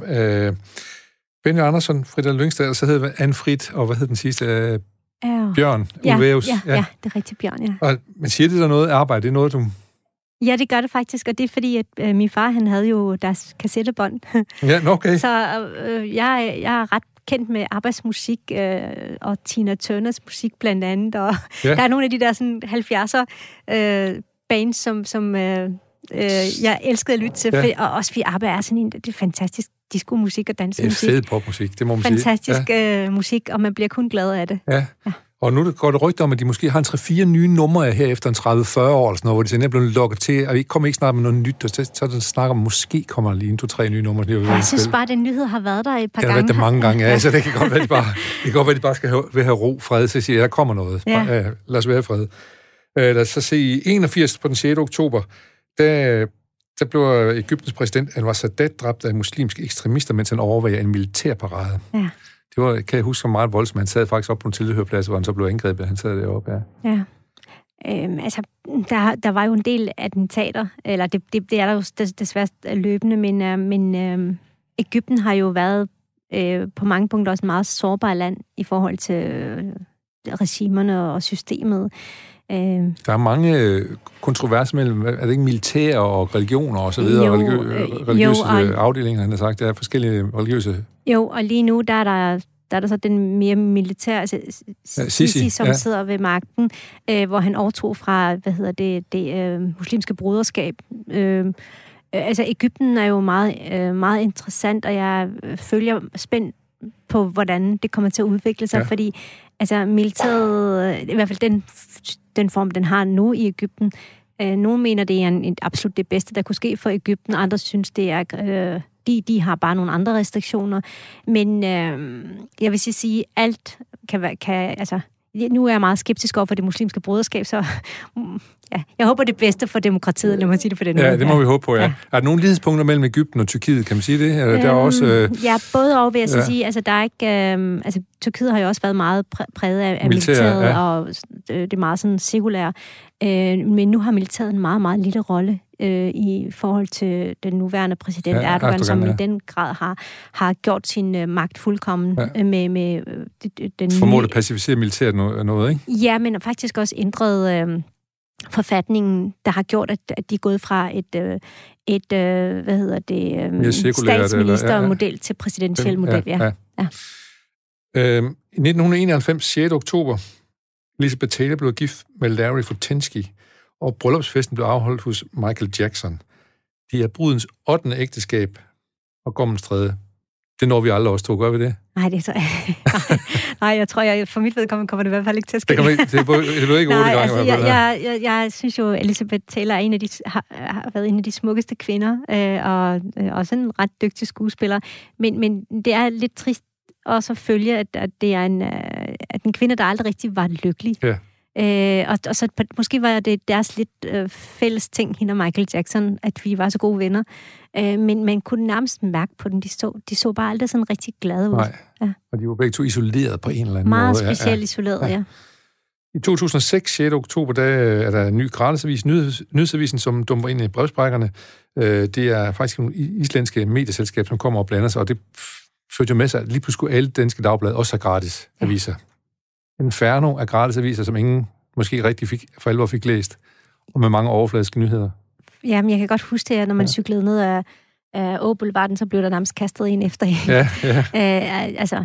Benny Andersson, Frida Lyngstad, og så hedder Ann-Frid, og hvad hed den sidste? Bjørn Ulvaeus. Ja, det er rigtig Bjørn, ja. Men siger det der noget arbejde? Det er noget, du... Ja, det gør det faktisk, og det er fordi, at min far, han havde jo deres kassettebånd. Ja, okay. Så jeg er ret kendt med arbejdsmusik, og Tina Turners musik blandt andet, og der er nogle af de der sådan 70'er bands, som jeg elskede at lytte til, og også fordi ABBA er sådan det er fantastisk disco-musik og dansemusik. Det er fed popmusik, det må man fantastisk musik, og man bliver kun glad af det. Ja. Og nu går det rygter om, at de måske har en 3-4 nye numre her efter en 30-40 år, eller sådan noget, hvor de sådan er blevet lukket til, og vi kommer ikke snart med noget nyt, og så snakker om, måske kommer lige 2-3 nye numre. Jeg synes bare, at den nyhed har været der et par gange. Det har været der mange gange, ja. Så det kan godt være, at de bare skal have ro, fred, så siger jeg, der kommer noget. Ja. Lad os være fred. Lad os så se, i 81 på den 6. oktober, der blev Egyptens præsident Anwar Sadat dræbt af muslimske ekstremister, mens han overvejede en militærparade. Ja. Det var, kan jeg huske, meget voldsomt. Han sad faktisk op på en tilhørplads, hvor han så blev angrebet. Han sad deroppe, ja. Altså, der var jo en del attentater, eller det er der jo desværre løbende, men Egypten har jo været på mange punkter også et meget sårbart land i forhold til regimerne og systemet. Der er mange kontroverser mellem, er det ikke militær og religioner og så videre, religiøse afdelinger, han har sagt. Der er forskellige religiøse... Jo, og lige nu, der er der så den mere militære, altså Sisi, som sidder ved magten, hvor han overtog fra, det muslimske broderskab. Altså, Egypten er jo meget, meget interessant, og jeg følger spændt på, hvordan det kommer til at udvikle sig, fordi altså, militæret, i hvert fald den form, den har nu i Egypten, nogle mener, det er absolut det bedste, der kunne ske for Egypten, andre synes, det er... De har bare nogle andre restriktioner. Men jeg vil sige, alt kan altså, nu er jeg meget skeptisk over for det muslimske broderskab, så jeg håber det bedste for demokratiet, lad mig sige det på den måde. Ja, det må vi håbe på, ja. Er der nogle lighedspunkter mellem Egypten og Tyrkiet, kan man sige det? Eller der er også, Ja, både og vil jeg så sige. Altså, der er ikke... Tyrkiet har jo også været meget præget af militæret, og det er meget sådan sekulære. Men nu har militæret en meget, meget lille rolle i forhold til den nuværende præsident Erdogan, som i den grad har gjort sin magt fuldkommen med den formået at pacificere militæret noget, ikke? Ja, men faktisk også ændret forfatningen, der har gjort, at de er gået fra et statsministermodel til præsidentiel model, I 1991, 6. oktober, Elizabeth Taylor blev gift med Larry Futensky, og bryllupsfesten blev afholdt hos Michael Jackson. De er brudens 8. ægteskab og gommens 3. Det når vi aldrig også to, gør vi det? Nej, det tror jeg. Nej, jeg tror, for mit vedkommende kommer det i hvert fald ikke til at ske. Det blev ikke 8 gange. Altså, jeg synes jo, Elizabeth Taylor har været en af de smukkeste kvinder, og også en ret dygtig skuespiller. Men det er lidt trist også at følge, at det er en kvinde, der aldrig rigtig var lykkelig. Ja. Og så måske var det deres lidt fælles ting, hende og Michael Jackson, at vi var så gode venner. Men man kunne nærmest mærke på dem, de så bare aldrig sådan rigtig glade ud. Nej, og de var begge to isoleret på en eller anden meget måde. Meget specielt isoleret, ja. I 2006, 6. oktober, der er der en ny gratisavis, Nyhedsavisen, som dumper ind i brevsprækkerne. Det er faktisk nogle islandske medieselskab, som kommer og blander sig, og det førte jo med sig, at lige pludselig skulle alle danske dagblade også have gratis aviser. Inferno af gratisaviser, som ingen måske rigtig for alvor fik læst, og med mange overfladiske nyheder. Jamen, jeg kan godt huske det, at når man cyklede ned af Åboulevarden, så blev der nærmest kastet en efter en. Ja. Altså,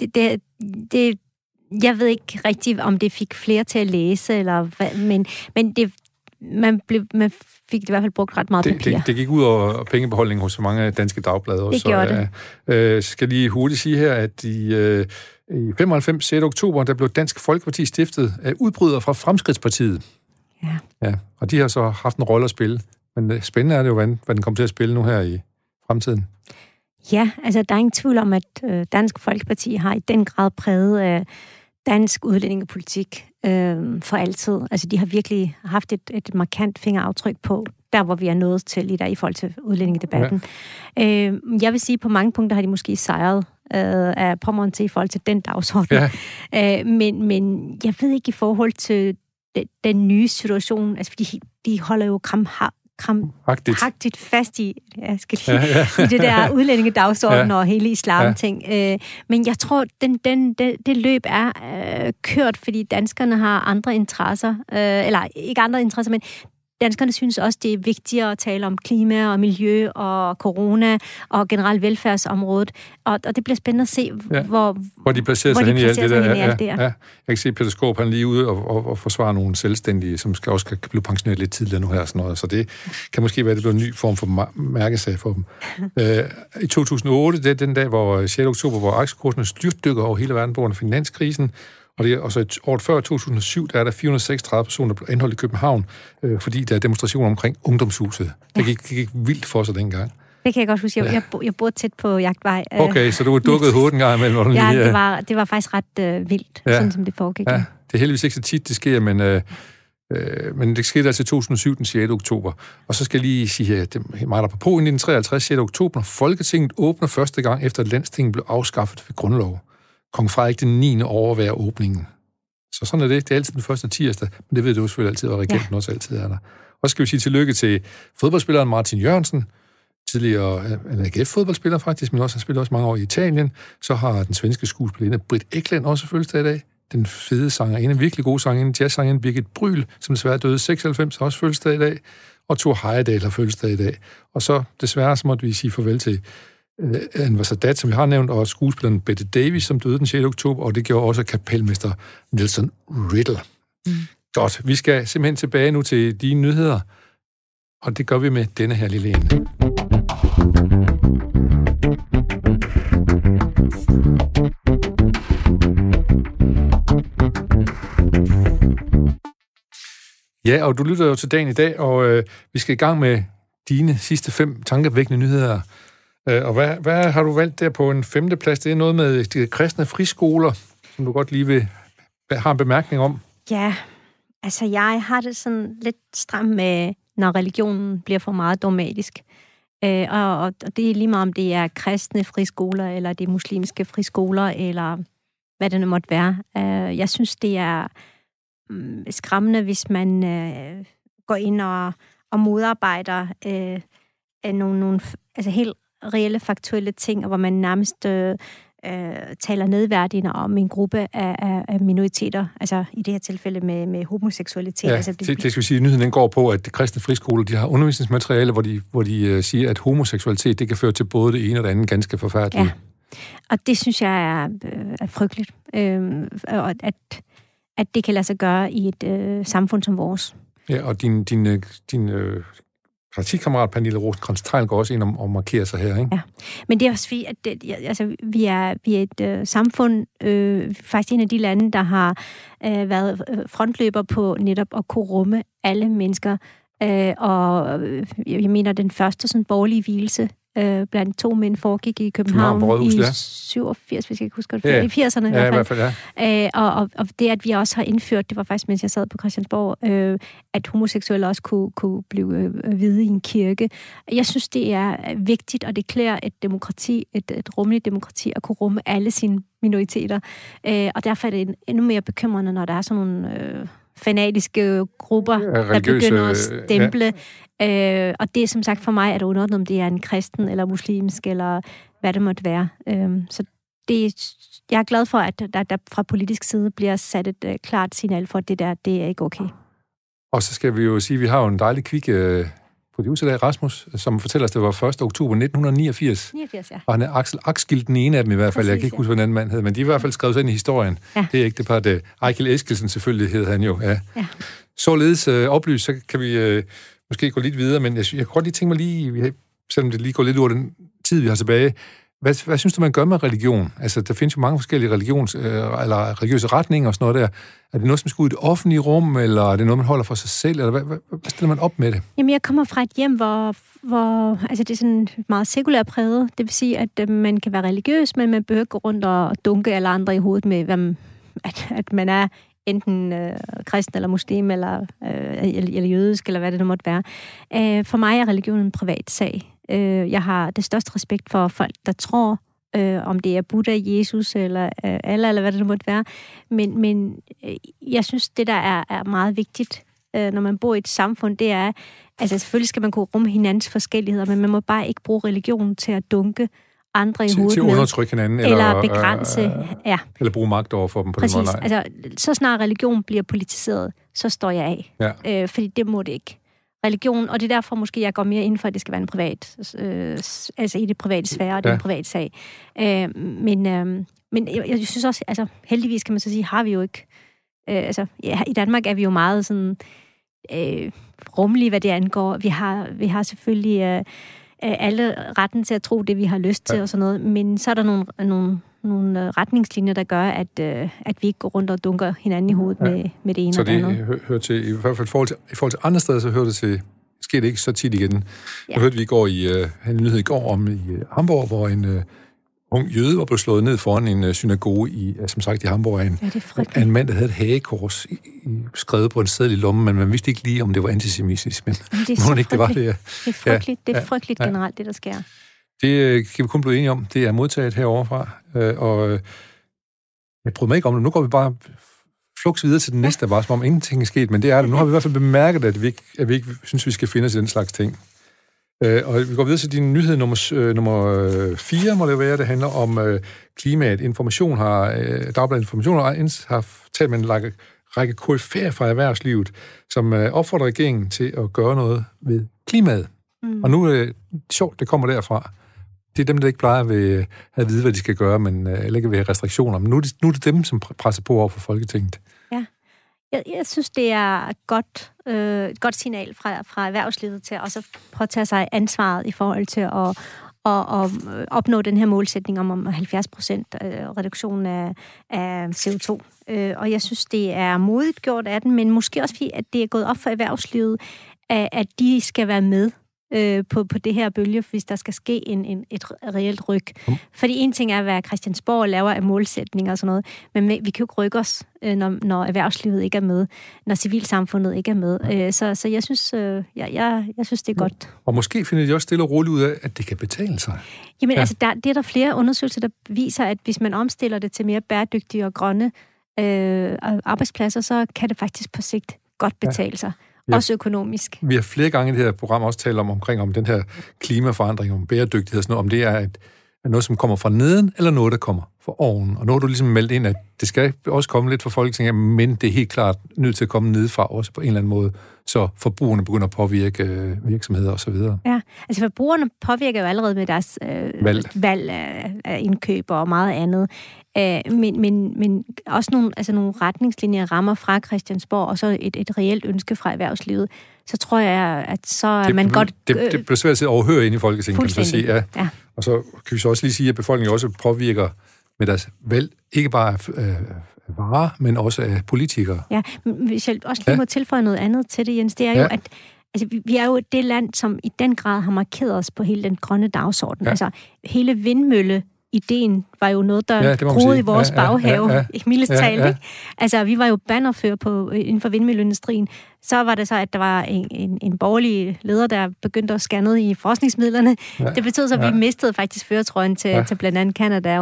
jeg ved ikke rigtigt, om det fik flere til at læse, eller hvad, men det, man fik det i hvert fald brugt ret meget papir. Det gik ud over pengebeholdningen hos så mange danske dagblade også. Det gjorde det. Skal lige hurtigt sige her, at I 95, 6. oktober, der blev Dansk Folkeparti stiftet af udbrydere fra Fremskridtspartiet. Ja, og de har så haft en rolle at spille. Men spændende er det jo, hvad den kommer til at spille nu her i fremtiden. Ja, altså der er ingen tvivl om, at Dansk Folkeparti har i den grad præget af dansk udlændingepolitik for altid. Altså de har virkelig haft et markant fingeraftryk på, der hvor vi er nået til i forhold til udlændingedebatten. Ja. Jeg vil sige, at på mange punkter har de måske sejret af Pommern til i forhold til den dagsorden. Ja. Men jeg ved ikke i forhold til den nye situation, altså fordi de holder jo krampagtigt fast i det der udlændingedagsorden og hele islam-ting. Men jeg tror, det løb er kørt, fordi danskerne har andre interesser, eller ikke andre interesser, men danskerne synes også, det er vigtigere at tale om klima og miljø og corona og generelt velfærdsområdet. Og det bliver spændende at se, hvor de placerer sig hen i alt det der. Ja. Jeg kan se, Peter Skaarup, han lige ude og forsvare nogle selvstændige, som også kan blive pensioneret lidt tidligere nu her og sådan noget. Så det kan måske være, det bliver en ny form for mærkesag for dem. I 2008, det er den dag, hvor 6. oktober, hvor aktiekursen styrtdykker over hele verden på grund af finanskrisen. Og så året før, 2007, der er der 436 personer, der blev anholdt i København, fordi der er demonstrationer omkring Ungdomshuset. Det gik vildt for sig dengang. Det kan jeg godt huske. Jeg boede tæt på Jagtvej. Okay, så du var dukket hovedet en gang imellem? Ja, det var faktisk ret vildt, sådan som det foregik. Ja, det er heldigvis ikke så tit, det sker, men det skete altså i 2007, den 6. oktober. Og så skal jeg lige sige, at det er meget på 1953, 6. oktober, Folketinget åbner første gang, efter at Landstinget blev afskaffet ved grundlov. Kong Frederik den 9. overværer åbningen. Så sådan er det. Det er altid den første tirsdag, men det ved du jo selvfølgelig altid, og regenten også altid er der. Og så skal vi sige tillykke til fodboldspilleren Martin Jørgensen, tidligere AGF-fodboldspiller faktisk, men også har spillet også mange år i Italien. Så har den svenske skuespillerinde Britt Ekland også fødselsdag i dag. Den fede sangerinde, en virkelig god sangerinde, jazzsangerinde Birgit Bryl, som desværre døde 96, har også fødselsdag i dag. Og Thor Heyerdahl har fødselsdag i dag. Og så desværre så måtte vi sige farvel til Anwar Sadat, som vi har nævnt, og skuespilleren Bette Davis, som døde den 6. oktober, og det gjorde også kapelmester Nelson Riddle. Godt, vi skal simpelthen tilbage nu til de nyheder, og det gør vi med denne her lille ende. Ja, og du lytter jo til dagen i dag, og vi skal i gang med dine sidste 5 tankevækkende nyheder. Og hvad har du valgt der på en 5. plads? Det er noget med de kristne friskoler, som du godt lige vil have en bemærkning om. Ja, altså jeg har det sådan lidt stramt med, når religionen bliver for meget dogmatisk. Og det er lige meget, om det er kristne friskoler, eller det er muslimske friskoler, eller hvad det nu måtte være. Jeg synes, det er skræmmende, hvis man går ind og modarbejder nogle altså helt reelle, faktuelle ting, hvor man nærmest taler nedværdigende om en gruppe af minoriteter, altså i det her tilfælde med homoseksualitet. Ja, altså, det skal vi sige, at nyheden går på, at de kristne friskoler, de har undervisningsmateriale, hvor de siger, at homoseksualitet, det kan føre til både det ene og det andet ganske forfærdeligt. Ja, og det synes jeg er frygteligt. Og at det kan lade sig gøre i et samfund som vores. Ja, og din partikammerat Pernille Rosenkrantz-Theil går også ind og markerer sig her, ikke? Ja, men det er også fordi, at vi er et samfund, faktisk en af de lande, der har været frontløber på netop at kunne rumme alle mennesker. Og jeg mener, den første sådan borgerlige hvilelse blandt 2 mænd foregik i København i 87, hvis jeg ikke husker det, i 80'erne i hvert fald. Ja. Og det, at vi også har indført, det var faktisk, mens jeg sad på Christiansborg, at homoseksuelle også kunne blive hvide i en kirke. Jeg synes, det er vigtigt, og det klæder et demokrati, et rummeligt demokrati, at kunne rumme alle sine minoriteter. Og derfor er det endnu mere bekymrende, når der er sådan nogle fanatiske grupper, der begynder at stemple. Ja. Og det er som sagt for mig, at det underordnet, om det er en kristen eller muslimsk, eller hvad det måtte være. Så jeg er glad for, at der fra politisk side bliver sat et klart signal for, at det er ikke okay. Og så skal vi jo sige, at vi har jo en dejlig kvik producer der, Rasmus, som fortæller os, at det var 1. oktober 1989. 89, ja. Og han er Axel Axgild, den ene af dem i hvert fald. Præcis, jeg kan ikke huske, hvad den anden mand hed, men de er i hvert fald skrevet sig ind i historien. Ja. Det er ikke det par, det Ejkel Eskildsen selvfølgelig hed han jo. Ja. Således oplyst, så kan vi måske gå lidt videre, men jeg kan godt lige tænke mig lige, selvom det lige går lidt over den tid, vi har tilbage, Hvad synes du, man gør med religion? Altså, der findes jo mange forskellige eller religiøse retninger og sådan noget der. Er det noget, som skal ud i det offentlige rum, eller er det noget, man holder for sig selv? Eller hvad stiller man op med det? Jamen, jeg kommer fra et hjem, hvor altså, det er sådan meget sekulært præget. Det vil sige, at man kan være religiøs, men man behøver ikke gå rundt og dunke alle andre i hovedet med, at man er enten kristen eller muslim eller jødisk, eller hvad det nu måtte være. For mig er religion en privat sag. Jeg har det største respekt for folk, der tror, om det er Buddha, Jesus eller Allah, eller hvad det nu måtte være. Men jeg synes, det der er meget vigtigt, når man bor i et samfund, det er, altså selvfølgelig skal man kunne rumme hinandens forskelligheder, men man må bare ikke bruge religion til at dunke andre i hovedet til at undertrykke hinanden, eller begrænse. Eller bruge magt over for dem på præcis. Den måde. Altså, så snart religion bliver politiseret, så står jeg af. Ja. Fordi det må det ikke. Religion, og det er derfor måske, jeg går mere ind for, at det skal være en privat, altså i det private sfære, og det er en privat sag. Men jeg synes også, altså heldigvis kan man så sige, har vi jo ikke, i Danmark er vi jo meget sådan rummelige, hvad det angår. Vi har selvfølgelig alle retten til at tro det, vi har lyst til og sådan noget, men så er der nogle retningslinjer, der gør, at vi ikke går rundt og dunker hinanden i hovedet med det ene så og det andet. Så det hører til, i hvert fald i forhold til andre steder, så hører det til, sker det ikke så tit igen. Jeg hørte, vi en nyhed i går om i Hamburg, hvor en ung jøde var blevet slået ned foran en synagoge som sagt i Hamburg af en mand, der havde et hagekors skrevet på en seddel i lommen, men man vidste ikke lige, om det var antisemitisk, men det var det. Det er frygteligt, det er frygteligt generelt, det der sker. Det kan vi kun blive enige om. Det er modtaget heroverfra, og jeg prøver mig ikke om det. Nu går vi bare fluks videre til den næste, bare som om ingenting er sket, men det er det. Nu har vi i hvert fald bemærket, at vi ikke synes, vi skal finde os i den slags ting. Og vi går videre til din nyhed nummer 4, må det være. Det handler om klimaet. Dagbladet Information har talt med en række koryfærer fra erhvervslivet, som opfordrer regeringen til at gøre noget ved klimaet. Og nu sjovt, det kommer derfra. Det er dem, der ikke plejer at vide, hvad de skal gøre, men ikke vil have restriktioner. Men nu er det dem, som presser på over for Folketinget. Ja. Jeg synes, det er et godt signal fra erhvervslivet til også at påtage sig ansvaret i forhold til at opnå den her målsætning om 70% reduktion af CO2. Og jeg synes, det er modigt gjort af den, men måske også fordi, at det er gået op for erhvervslivet, at de skal være med på det her bølge, hvis der skal ske et reelt ryg. Fordi en ting er, hvad Christiansborg laver af målsætninger og sådan noget, men vi kan jo ikke rykke os, når erhvervslivet ikke er med, når civilsamfundet ikke er med. Så jeg synes, jeg synes, det er godt. Og måske finder de også stille og roligt ud af, at det kan betale sig. Jamen, altså, det er der flere undersøgelser, der viser, at hvis man omstiller det til mere bæredygtige og grønne arbejdspladser, så kan det faktisk på sigt godt betale sig. Også økonomisk. Vi har flere gange i det her program også talt om den her klimaforandring, om bæredygtighed og sådan noget, om det er noget, som kommer fra neden, eller noget, der kommer fra oven. Og nu har du ligesom meldt ind, at det skal også komme lidt fra Folketinget, men det er helt klart nødt til at komme nedefra også på en eller anden måde, så forbrugerne begynder at påvirke virksomheder og så videre. Ja, altså forbrugerne påvirker jo allerede med deres valg af indkøb og meget andet. Men også nogle retningslinjer rammer fra Christiansborg, og så et reelt ønske fra erhvervslivet, så tror jeg, at så er man godt... Det bliver svært at overhøre ind i Folketinget, kan man så sige. Ja. Og så kan vi så også lige sige, at befolkningen også påvirker med deres valg, ikke bare varer, men også af politikere. Ja, men hvis jeg også lige må tilføje noget andet til det, Jens, det er jo, at vi er jo det land, som i den grad har markeret os på hele den grønne dagsorden. Ja. Altså, hele vindmølle-ideen var jo noget, der groede i vores baghave, mildest talt, ikke? Altså, vi var jo bannerfører inden for vindmølleindustrien. Så var det så, at der var en borgerlig leder, der begyndte at scanne i forskningsmidlerne. Ja. Det betød så, at vi mistede faktisk førertrøjen til blandt andet Canada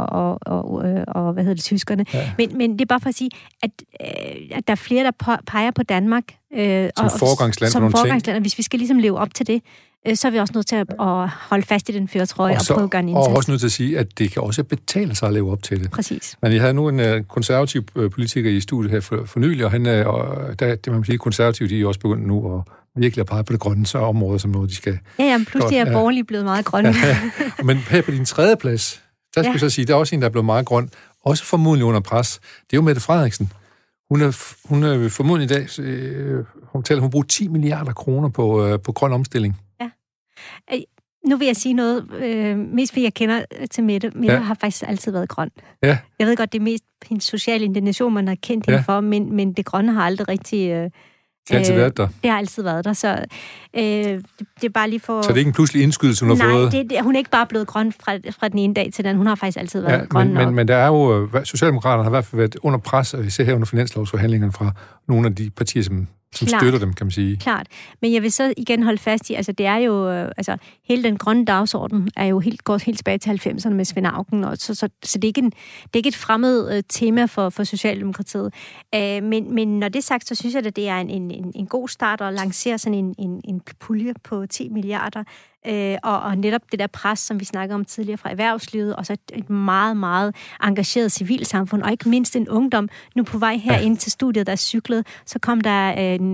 og hvad hedder det, tyskerne. Ja. Men det er bare for at sige, at der er flere, der peger på Danmark som foregangsland for nogle ting. Og hvis vi skal ligesom leve op til det, så er vi også nødt til at holde fast i den førertrøje og prøve at gøre en indsats. Og også nødt til at sige, at det kan også betale sig at leve op til det. Præcis. Men jeg havde nu en konservativ politiker i studiet her for nylig, og det man sige, konservative, de er også begyndt nu at virkelig at pege på det grønne område, som noget, de skal... Ja, pludselig er borgerlige blevet meget grønne. Men her på din tredje plads, der skal jeg så sige, der er også en, der er blevet meget grøn, også formodentlig under pres. Det er jo Mette Frederiksen. Hun er formodentlig i dag, hun bruger 10 milliarder kroner på grøn omstilling. Ja. Nu vil jeg sige noget, mest fordi jeg kender til Mette. Mette har faktisk altid været grøn. Ja. Jeg ved godt, det er mest hendes sociale indignation, man har kendt hende for, men det grønne har aldrig rigtig... Det har altid været der. Det har altid været der, så det er bare lige for... Så det er ikke en pludselig indskydelse, hun har fået? Nej, hun er ikke bare blevet grøn fra den ene dag til den. Hun har faktisk altid været grøn. Men der er jo... Socialdemokraterne har i hvert fald været under pres, og især her under finanslovsforhandlingerne fra nogle af de partier, som støtter dem, kan man sige. Klart. Men jeg vil så igen holde fast i, altså det er jo, hele den grønne dagsorden er jo går helt tilbage til 90'erne med Svend Auken, og så det er ikke et fremmed tema for Socialdemokratiet. Men når det er sagt, så synes jeg, at det er en god start at lancere sådan en pulje på 10 milliarder, og netop det der pres, som vi snakkede om tidligere fra erhvervslivet, og så et meget, meget engageret civilsamfund, og ikke mindst en ungdom. Nu på vej her ind til studiet, der er cyklet, så kom der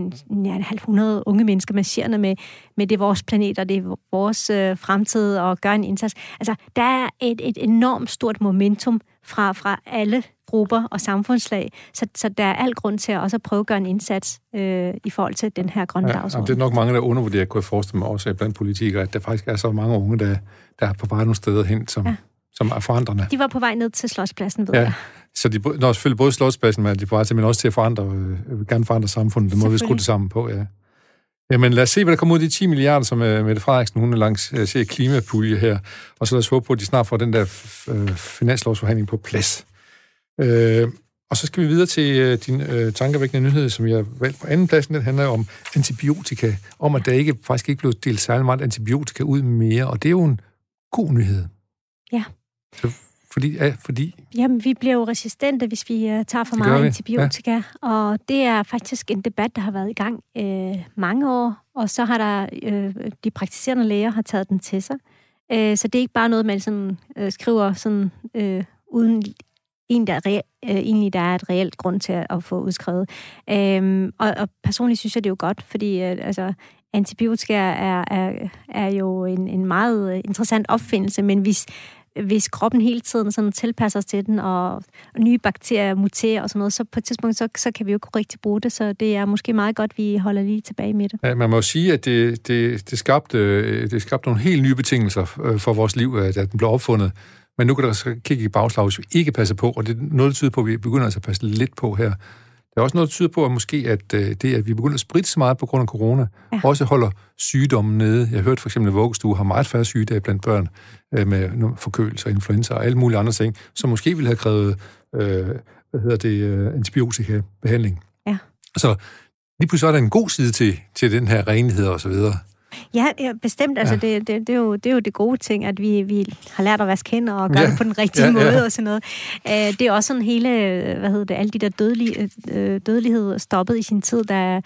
100 unge mennesker marcherende med det er vores planet, og det er vores fremtid, og gøre en indsats. Altså, der er et enormt stort momentum fra alle grupper og samfundslag, så der er al grund til at også prøve at gøre en indsats i forhold til den her grønne dagsorden. Det er nok mange, der undervurderer, kunne jeg forestille mig også blandt politikere, at der faktisk er så mange unge, der er på vej nogle steder hen, som er forandrende. De var på vej ned til Slotspladsen, ved jeg. Så de når selvfølgelig både Slotspladsen, men de er på vej til, men også til at gerne forandre samfundet. Det må vi skrue det sammen på, ja. Jamen lad os se, hvad der kommer ud af de 10 milliarder, som Mette Frederiksen, hun lancerer klimapulje her, og så lad os håbe på, at de snart får den der finanslovsforhandling på plads. Og så skal vi videre til din tankevækkende nyhed, som jeg valgte på anden pladsen. Den handler om antibiotika, om at der faktisk ikke blev delt særlig meget antibiotika ud mere, og det er jo en god nyhed. Ja. Så fordi... Jamen, vi bliver jo resistente, hvis vi tager for meget antibiotika, og det er faktisk en debat, der har været i gang mange år, og så har der de praktiserende læger har taget den til sig. Så det er ikke bare noget, man sådan, skriver sådan, uden egentlig der er et reelt grund til at få udskrevet. Og personligt synes jeg, det er jo godt, fordi antibiotika er jo en meget interessant opfindelse, men hvis kroppen hele tiden sådan tilpasser sig til den, og nye bakterier muterer og sådan noget, så på et tidspunkt, så kan vi jo ikke rigtig bruge det, så det er måske meget godt, vi holder lige tilbage med det. Ja, man må jo sige, at det skabte nogle helt nye betingelser for vores liv, at den blev opfundet. Men nu kan der så kigge i bagslag, hvis vi ikke passer på, og det er noget, der tyder på, at vi begynder at passe lidt på her. Der er også noget, der tyder på, at måske det, at vi begynder at spritte så meget på grund af corona, også holder sygdommen nede. Jeg hørte for eksempel, at vuggestue har meget færre sygedage blandt børn med forkølelse, influenza og alle mulige andre ting, som måske ville have krævet antibiotikabehandling. Ja. Så lige pludselig er der en god side til den her renlighed og så videre. Ja, bestemt. Altså, det er jo det gode ting, at vi har lært at vaske hænder og gøre det på den rigtige måde og sådan noget. Det er også sådan hele, alle de der dødelighed stoppet i sin tid, der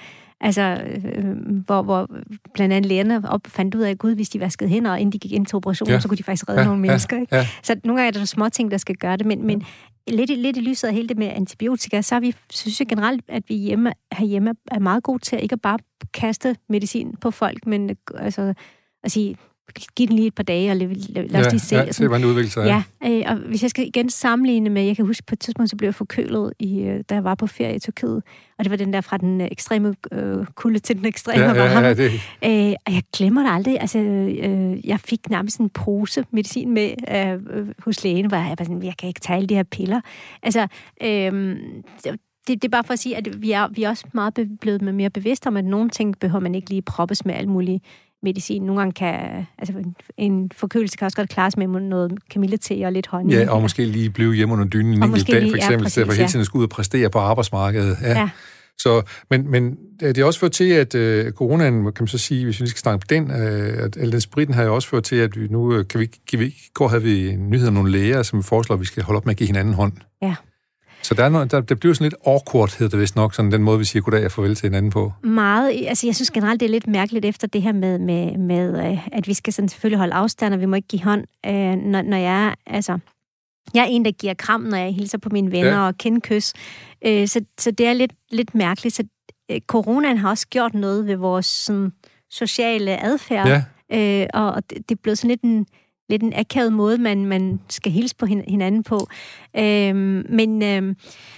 hvor blandt andet lægerne fandt ud af, at gud, hvis de vaskede hænder, og inden de gik ind til operationen, så kunne de faktisk redde nogle mennesker. Ikke? Ja. Så nogle gange er der små ting, der skal gøre det, men lidt i lyset af hele det med antibiotika, så synes jeg generelt, at vi herhjemme er meget gode til at ikke bare kaste medicin på folk, men at sige, giv den lige et par dage, og lad os lige se. Ja, se, hvordan det udvikler sig. Ja, og hvis jeg skal igen sammenligne med, jeg kan huske på et tidspunkt, så blev jeg forkølet, da jeg var på ferie i Tyrkiet, og det var den der fra den ekstreme kulde til den ekstreme varme. Og jeg glemmer det aldrig. Altså, jeg fik nærmest en pose medicin med hos lægen, hvor jeg bare sådan, jeg kan ikke tage alle de her piller. Altså, det er bare for at sige, at vi er også meget blevet mere bevidste om, at nogle ting behøver man ikke lige proppes med alt muligt medicin. Nogle gange kan... en forkølelse kan også godt klares med noget kamillete og lidt honning. Ja, og måske lige blive hjemme under dynen en enkelt dag, for eksempel, i stedet for hele tiden at skulle ud og præstere på arbejdsmarkedet. Ja. Så, men det har også ført til, at coronaen, kan man så sige, hvis vi skal snakke på den, at den spritten har jo også ført til, at vi nu i går havde vi en nyhed om nogle læger, som foreslår, at vi skal holde op med at give hinanden hånd. Ja. Så der bliver sådan lidt awkward, hedder det vist nok, sådan den måde, vi siger goddag og farvel til hinanden på. Meget. Altså, jeg synes generelt, det er lidt mærkeligt efter det her med at vi skal sådan selvfølgelig holde afstand, og vi må ikke give hånd, når jeg er en, der giver kram, når jeg hilser på mine venner og kindkys. Så det er lidt mærkeligt. Så coronaen har også gjort noget ved vores sådan, sociale adfærd, og det er blevet sådan lidt en akavet måde, man skal hilse på hinanden på. Men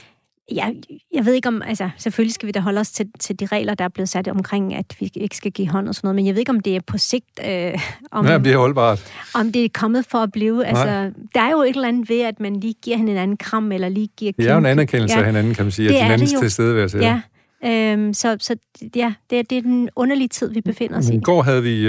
Ja, jeg ved ikke om, altså selvfølgelig skal vi da holde os til de regler, der er blevet sat omkring, at vi ikke skal give hånd og sådan noget, men jeg ved ikke, om det er på sigt, om det er holdbart. Om det er kommet for at blive. Altså, der er jo et eller andet ved, at man lige giver hende en anden kram, eller lige giver... Det er jo en anerkendelse af hinanden, kan man sige, at hinandens tilstedeværelse. Ja. Så ja, det er den underlige tid, vi befinder os i. I går havde vi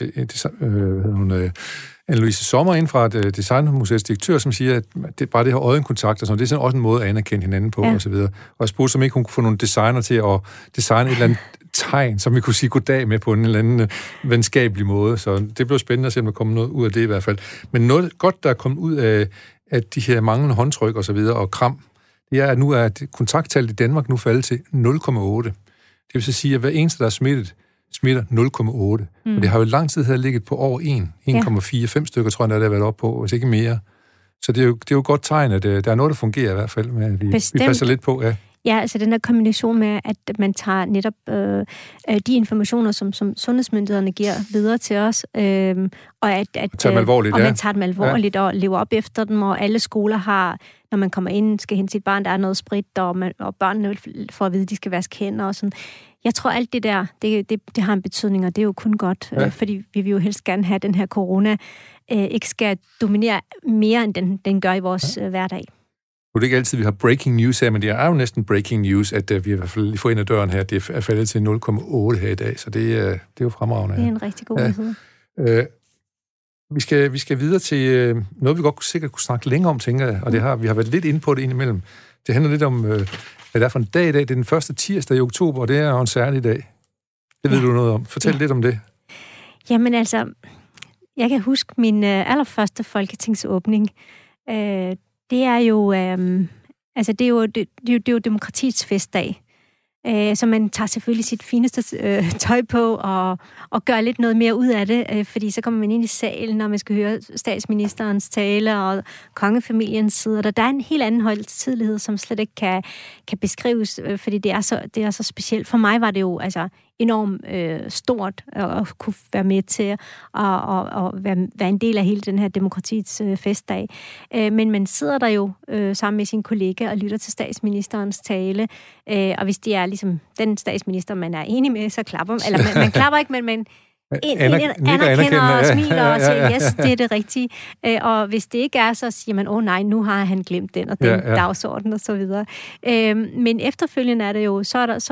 Anne-Louise Sommer ind fra Designmuseets direktør, som siger, at det bare det her øjenkontakt og sådan, det er sådan også en måde at anerkende hinanden på, og så videre. Og jeg spurgte, som ikke hun kunne få nogle designer til at designe et eller andet tegn, som vi kunne sige goddag med på en eller anden venskabelig måde. Så det blev spændende at se, om der kommer noget ud af det i hvert fald. Men noget godt, der er kommet ud af de her manglende håndtryk og så videre, og kram, det er, at nu er kontakttallet i Danmark nu faldet til 0,8. Det vil så sige, at hver eneste, der er smitter 0,8. Og det har jo lang tid ligget på over 1,4-5 stykker, tror jeg, der har været oppe på, hvis ikke mere. Så det er jo et godt tegn, at der er noget, der fungerer i hvert fald, med at vi passer lidt på. Ja. Ja, altså den der kombination med, at man tager netop de informationer, som sundhedsmyndighederne giver videre til os, og at tager dem alvorligt, og man tager dem alvorligt og lever op efter dem, og alle skoler har, når man kommer ind, skal hente sit barn, der er noget sprit, og børnene får at vide, at de skal vaske hænder og sådan. Jeg tror, alt det der, det har en betydning, og det er jo kun godt, fordi vi vil jo helst gerne have, at den her corona ikke skal dominere mere, end den gør i vores hverdag. Nu er det ikke altid, vi har breaking news her, men det er jo næsten breaking news, at vi i hvert fald lige får ind ad døren her. Det er faldet til 0,8 her i dag, så det er jo fremragende. Det er en rigtig god nyhed. Vi skal videre til noget, vi godt sikkert kunne snakke længere om, tænker jeg, og vi har været lidt inde på det indimellem. Det handler lidt om, hvad det er for en dag i dag. Det er den første tirsdag i oktober, og det er jo en særlig dag. Det ved du noget om. Fortæl lidt om det. Jamen altså, jeg kan huske min allerførste folketingsåbning. Det er jo, det er jo demokratiets festdag. Så man tager selvfølgelig sit fineste tøj på og gør lidt noget mere ud af det, fordi så kommer man ind i salen, og man skal høre statsministerens tale og kongefamiliens side. Der er en helt anden højtidelighed, som slet ikke kan beskrives, fordi det er så specielt. For mig var det jo enormt stort at kunne være med til at være en del af hele den her demokratiets festdag. Men man sidder der jo sammen med sin kollega og lytter til statsministerens tale, og hvis det er ligesom den statsminister, man er enig med, så klapper man. Eller man klapper ikke, men man anerkender og smiler og siger, yes, det er det rigtige. Og hvis det ikke er, så siger man, nej, nu har han glemt den og den dagsorden og så videre. Men efterfølgende er det jo,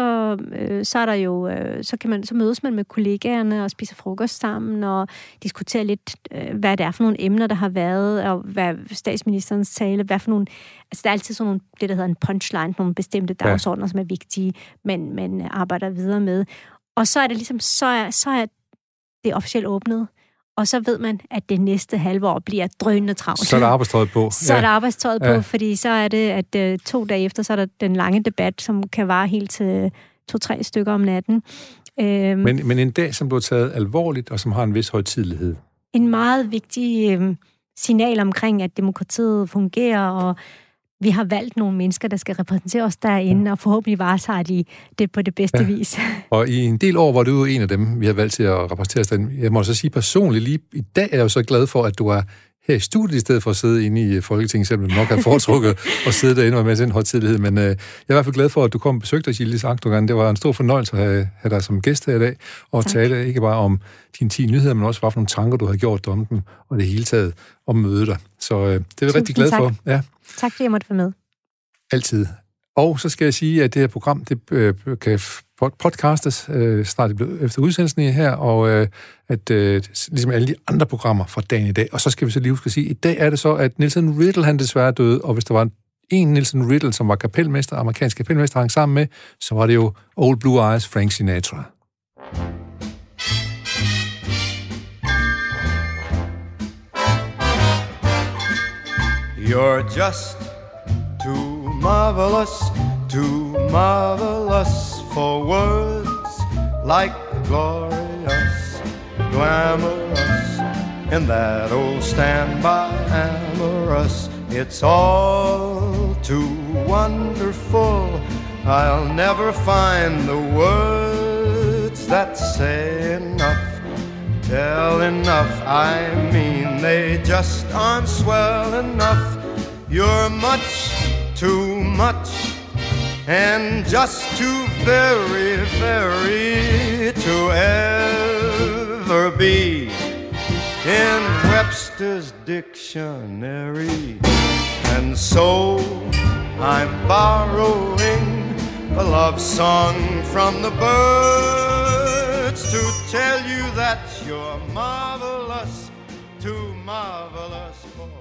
så mødes man med kollegaerne og spiser frokost sammen og diskuterer lidt, hvad det er for nogle emner, der har været, og hvad statsministerens tale, hvad for nogle, der er altid sådan nogle, det der hedder en punchline, nogle bestemte dagsordner, som er vigtige, men man arbejder videre med. Og så er det ligesom, så er det officielt åbnet, og så ved man, at det næste halve år bliver drønende travlt. Så er der arbejdstøjet på. Så er der arbejdstøjet på, fordi så er det, at 2 dage efter, så er der den lange debat, som kan vare helt til 2-3 stykker om natten. Men en dag, som bliver taget alvorligt, og som har en vis højtidelighed. En meget vigtig signal omkring, at demokratiet fungerer, og vi har valgt nogle mennesker, der skal repræsentere os derinde, og forhåbentlig varetager de det på det bedste vis. Og i en del år var du jo en af dem, vi har valgt til at repræsentere os derinde. Jeg må så sige personligt, lige i dag er jeg jo så glad for, at du er her i studiet, i stedet for at sidde inde i Folketinget, selvom du nok har foretrukket at sidde derinde og med den højtidelighed. Men jeg er i hvert fald glad for, at du kom og besøgte os, Yildiz Akdogan. Det var en stor fornøjelse at have dig som gæst her i dag, og tale ikke bare om dine 10 nyheder, men også hvad for nogle tanker, du har gjort om dem, og det hele taget om møde dig. Så det er vi rigtig glad for. Ja. Tak fordi jeg måtte være med. Altid. Og så skal jeg sige, at det her program, det kan podcastes snart efter udsendelsen her, og at ligesom alle de andre programmer fra dagen i dag. Og så skal vi så lige huske at sige, at i dag er det så, at Nelson Riddle, han desværre døde, og hvis der var en Nelson Riddle, som var kapelmester, amerikansk kapelmester, hang sammen med, så var det jo Old Blue Eyes Frank Sinatra. You're just too marvelous for words, like glorious, glamorous, and that old standby amorous. It's all too wonderful. I'll never find the words that say enough, tell enough. I mean, they just aren't swell enough. You're much too much and just too very, very to ever be in Webster's dictionary. And so I'm borrowing a love song from the birds to tell you that you're marvelous, too marvelous for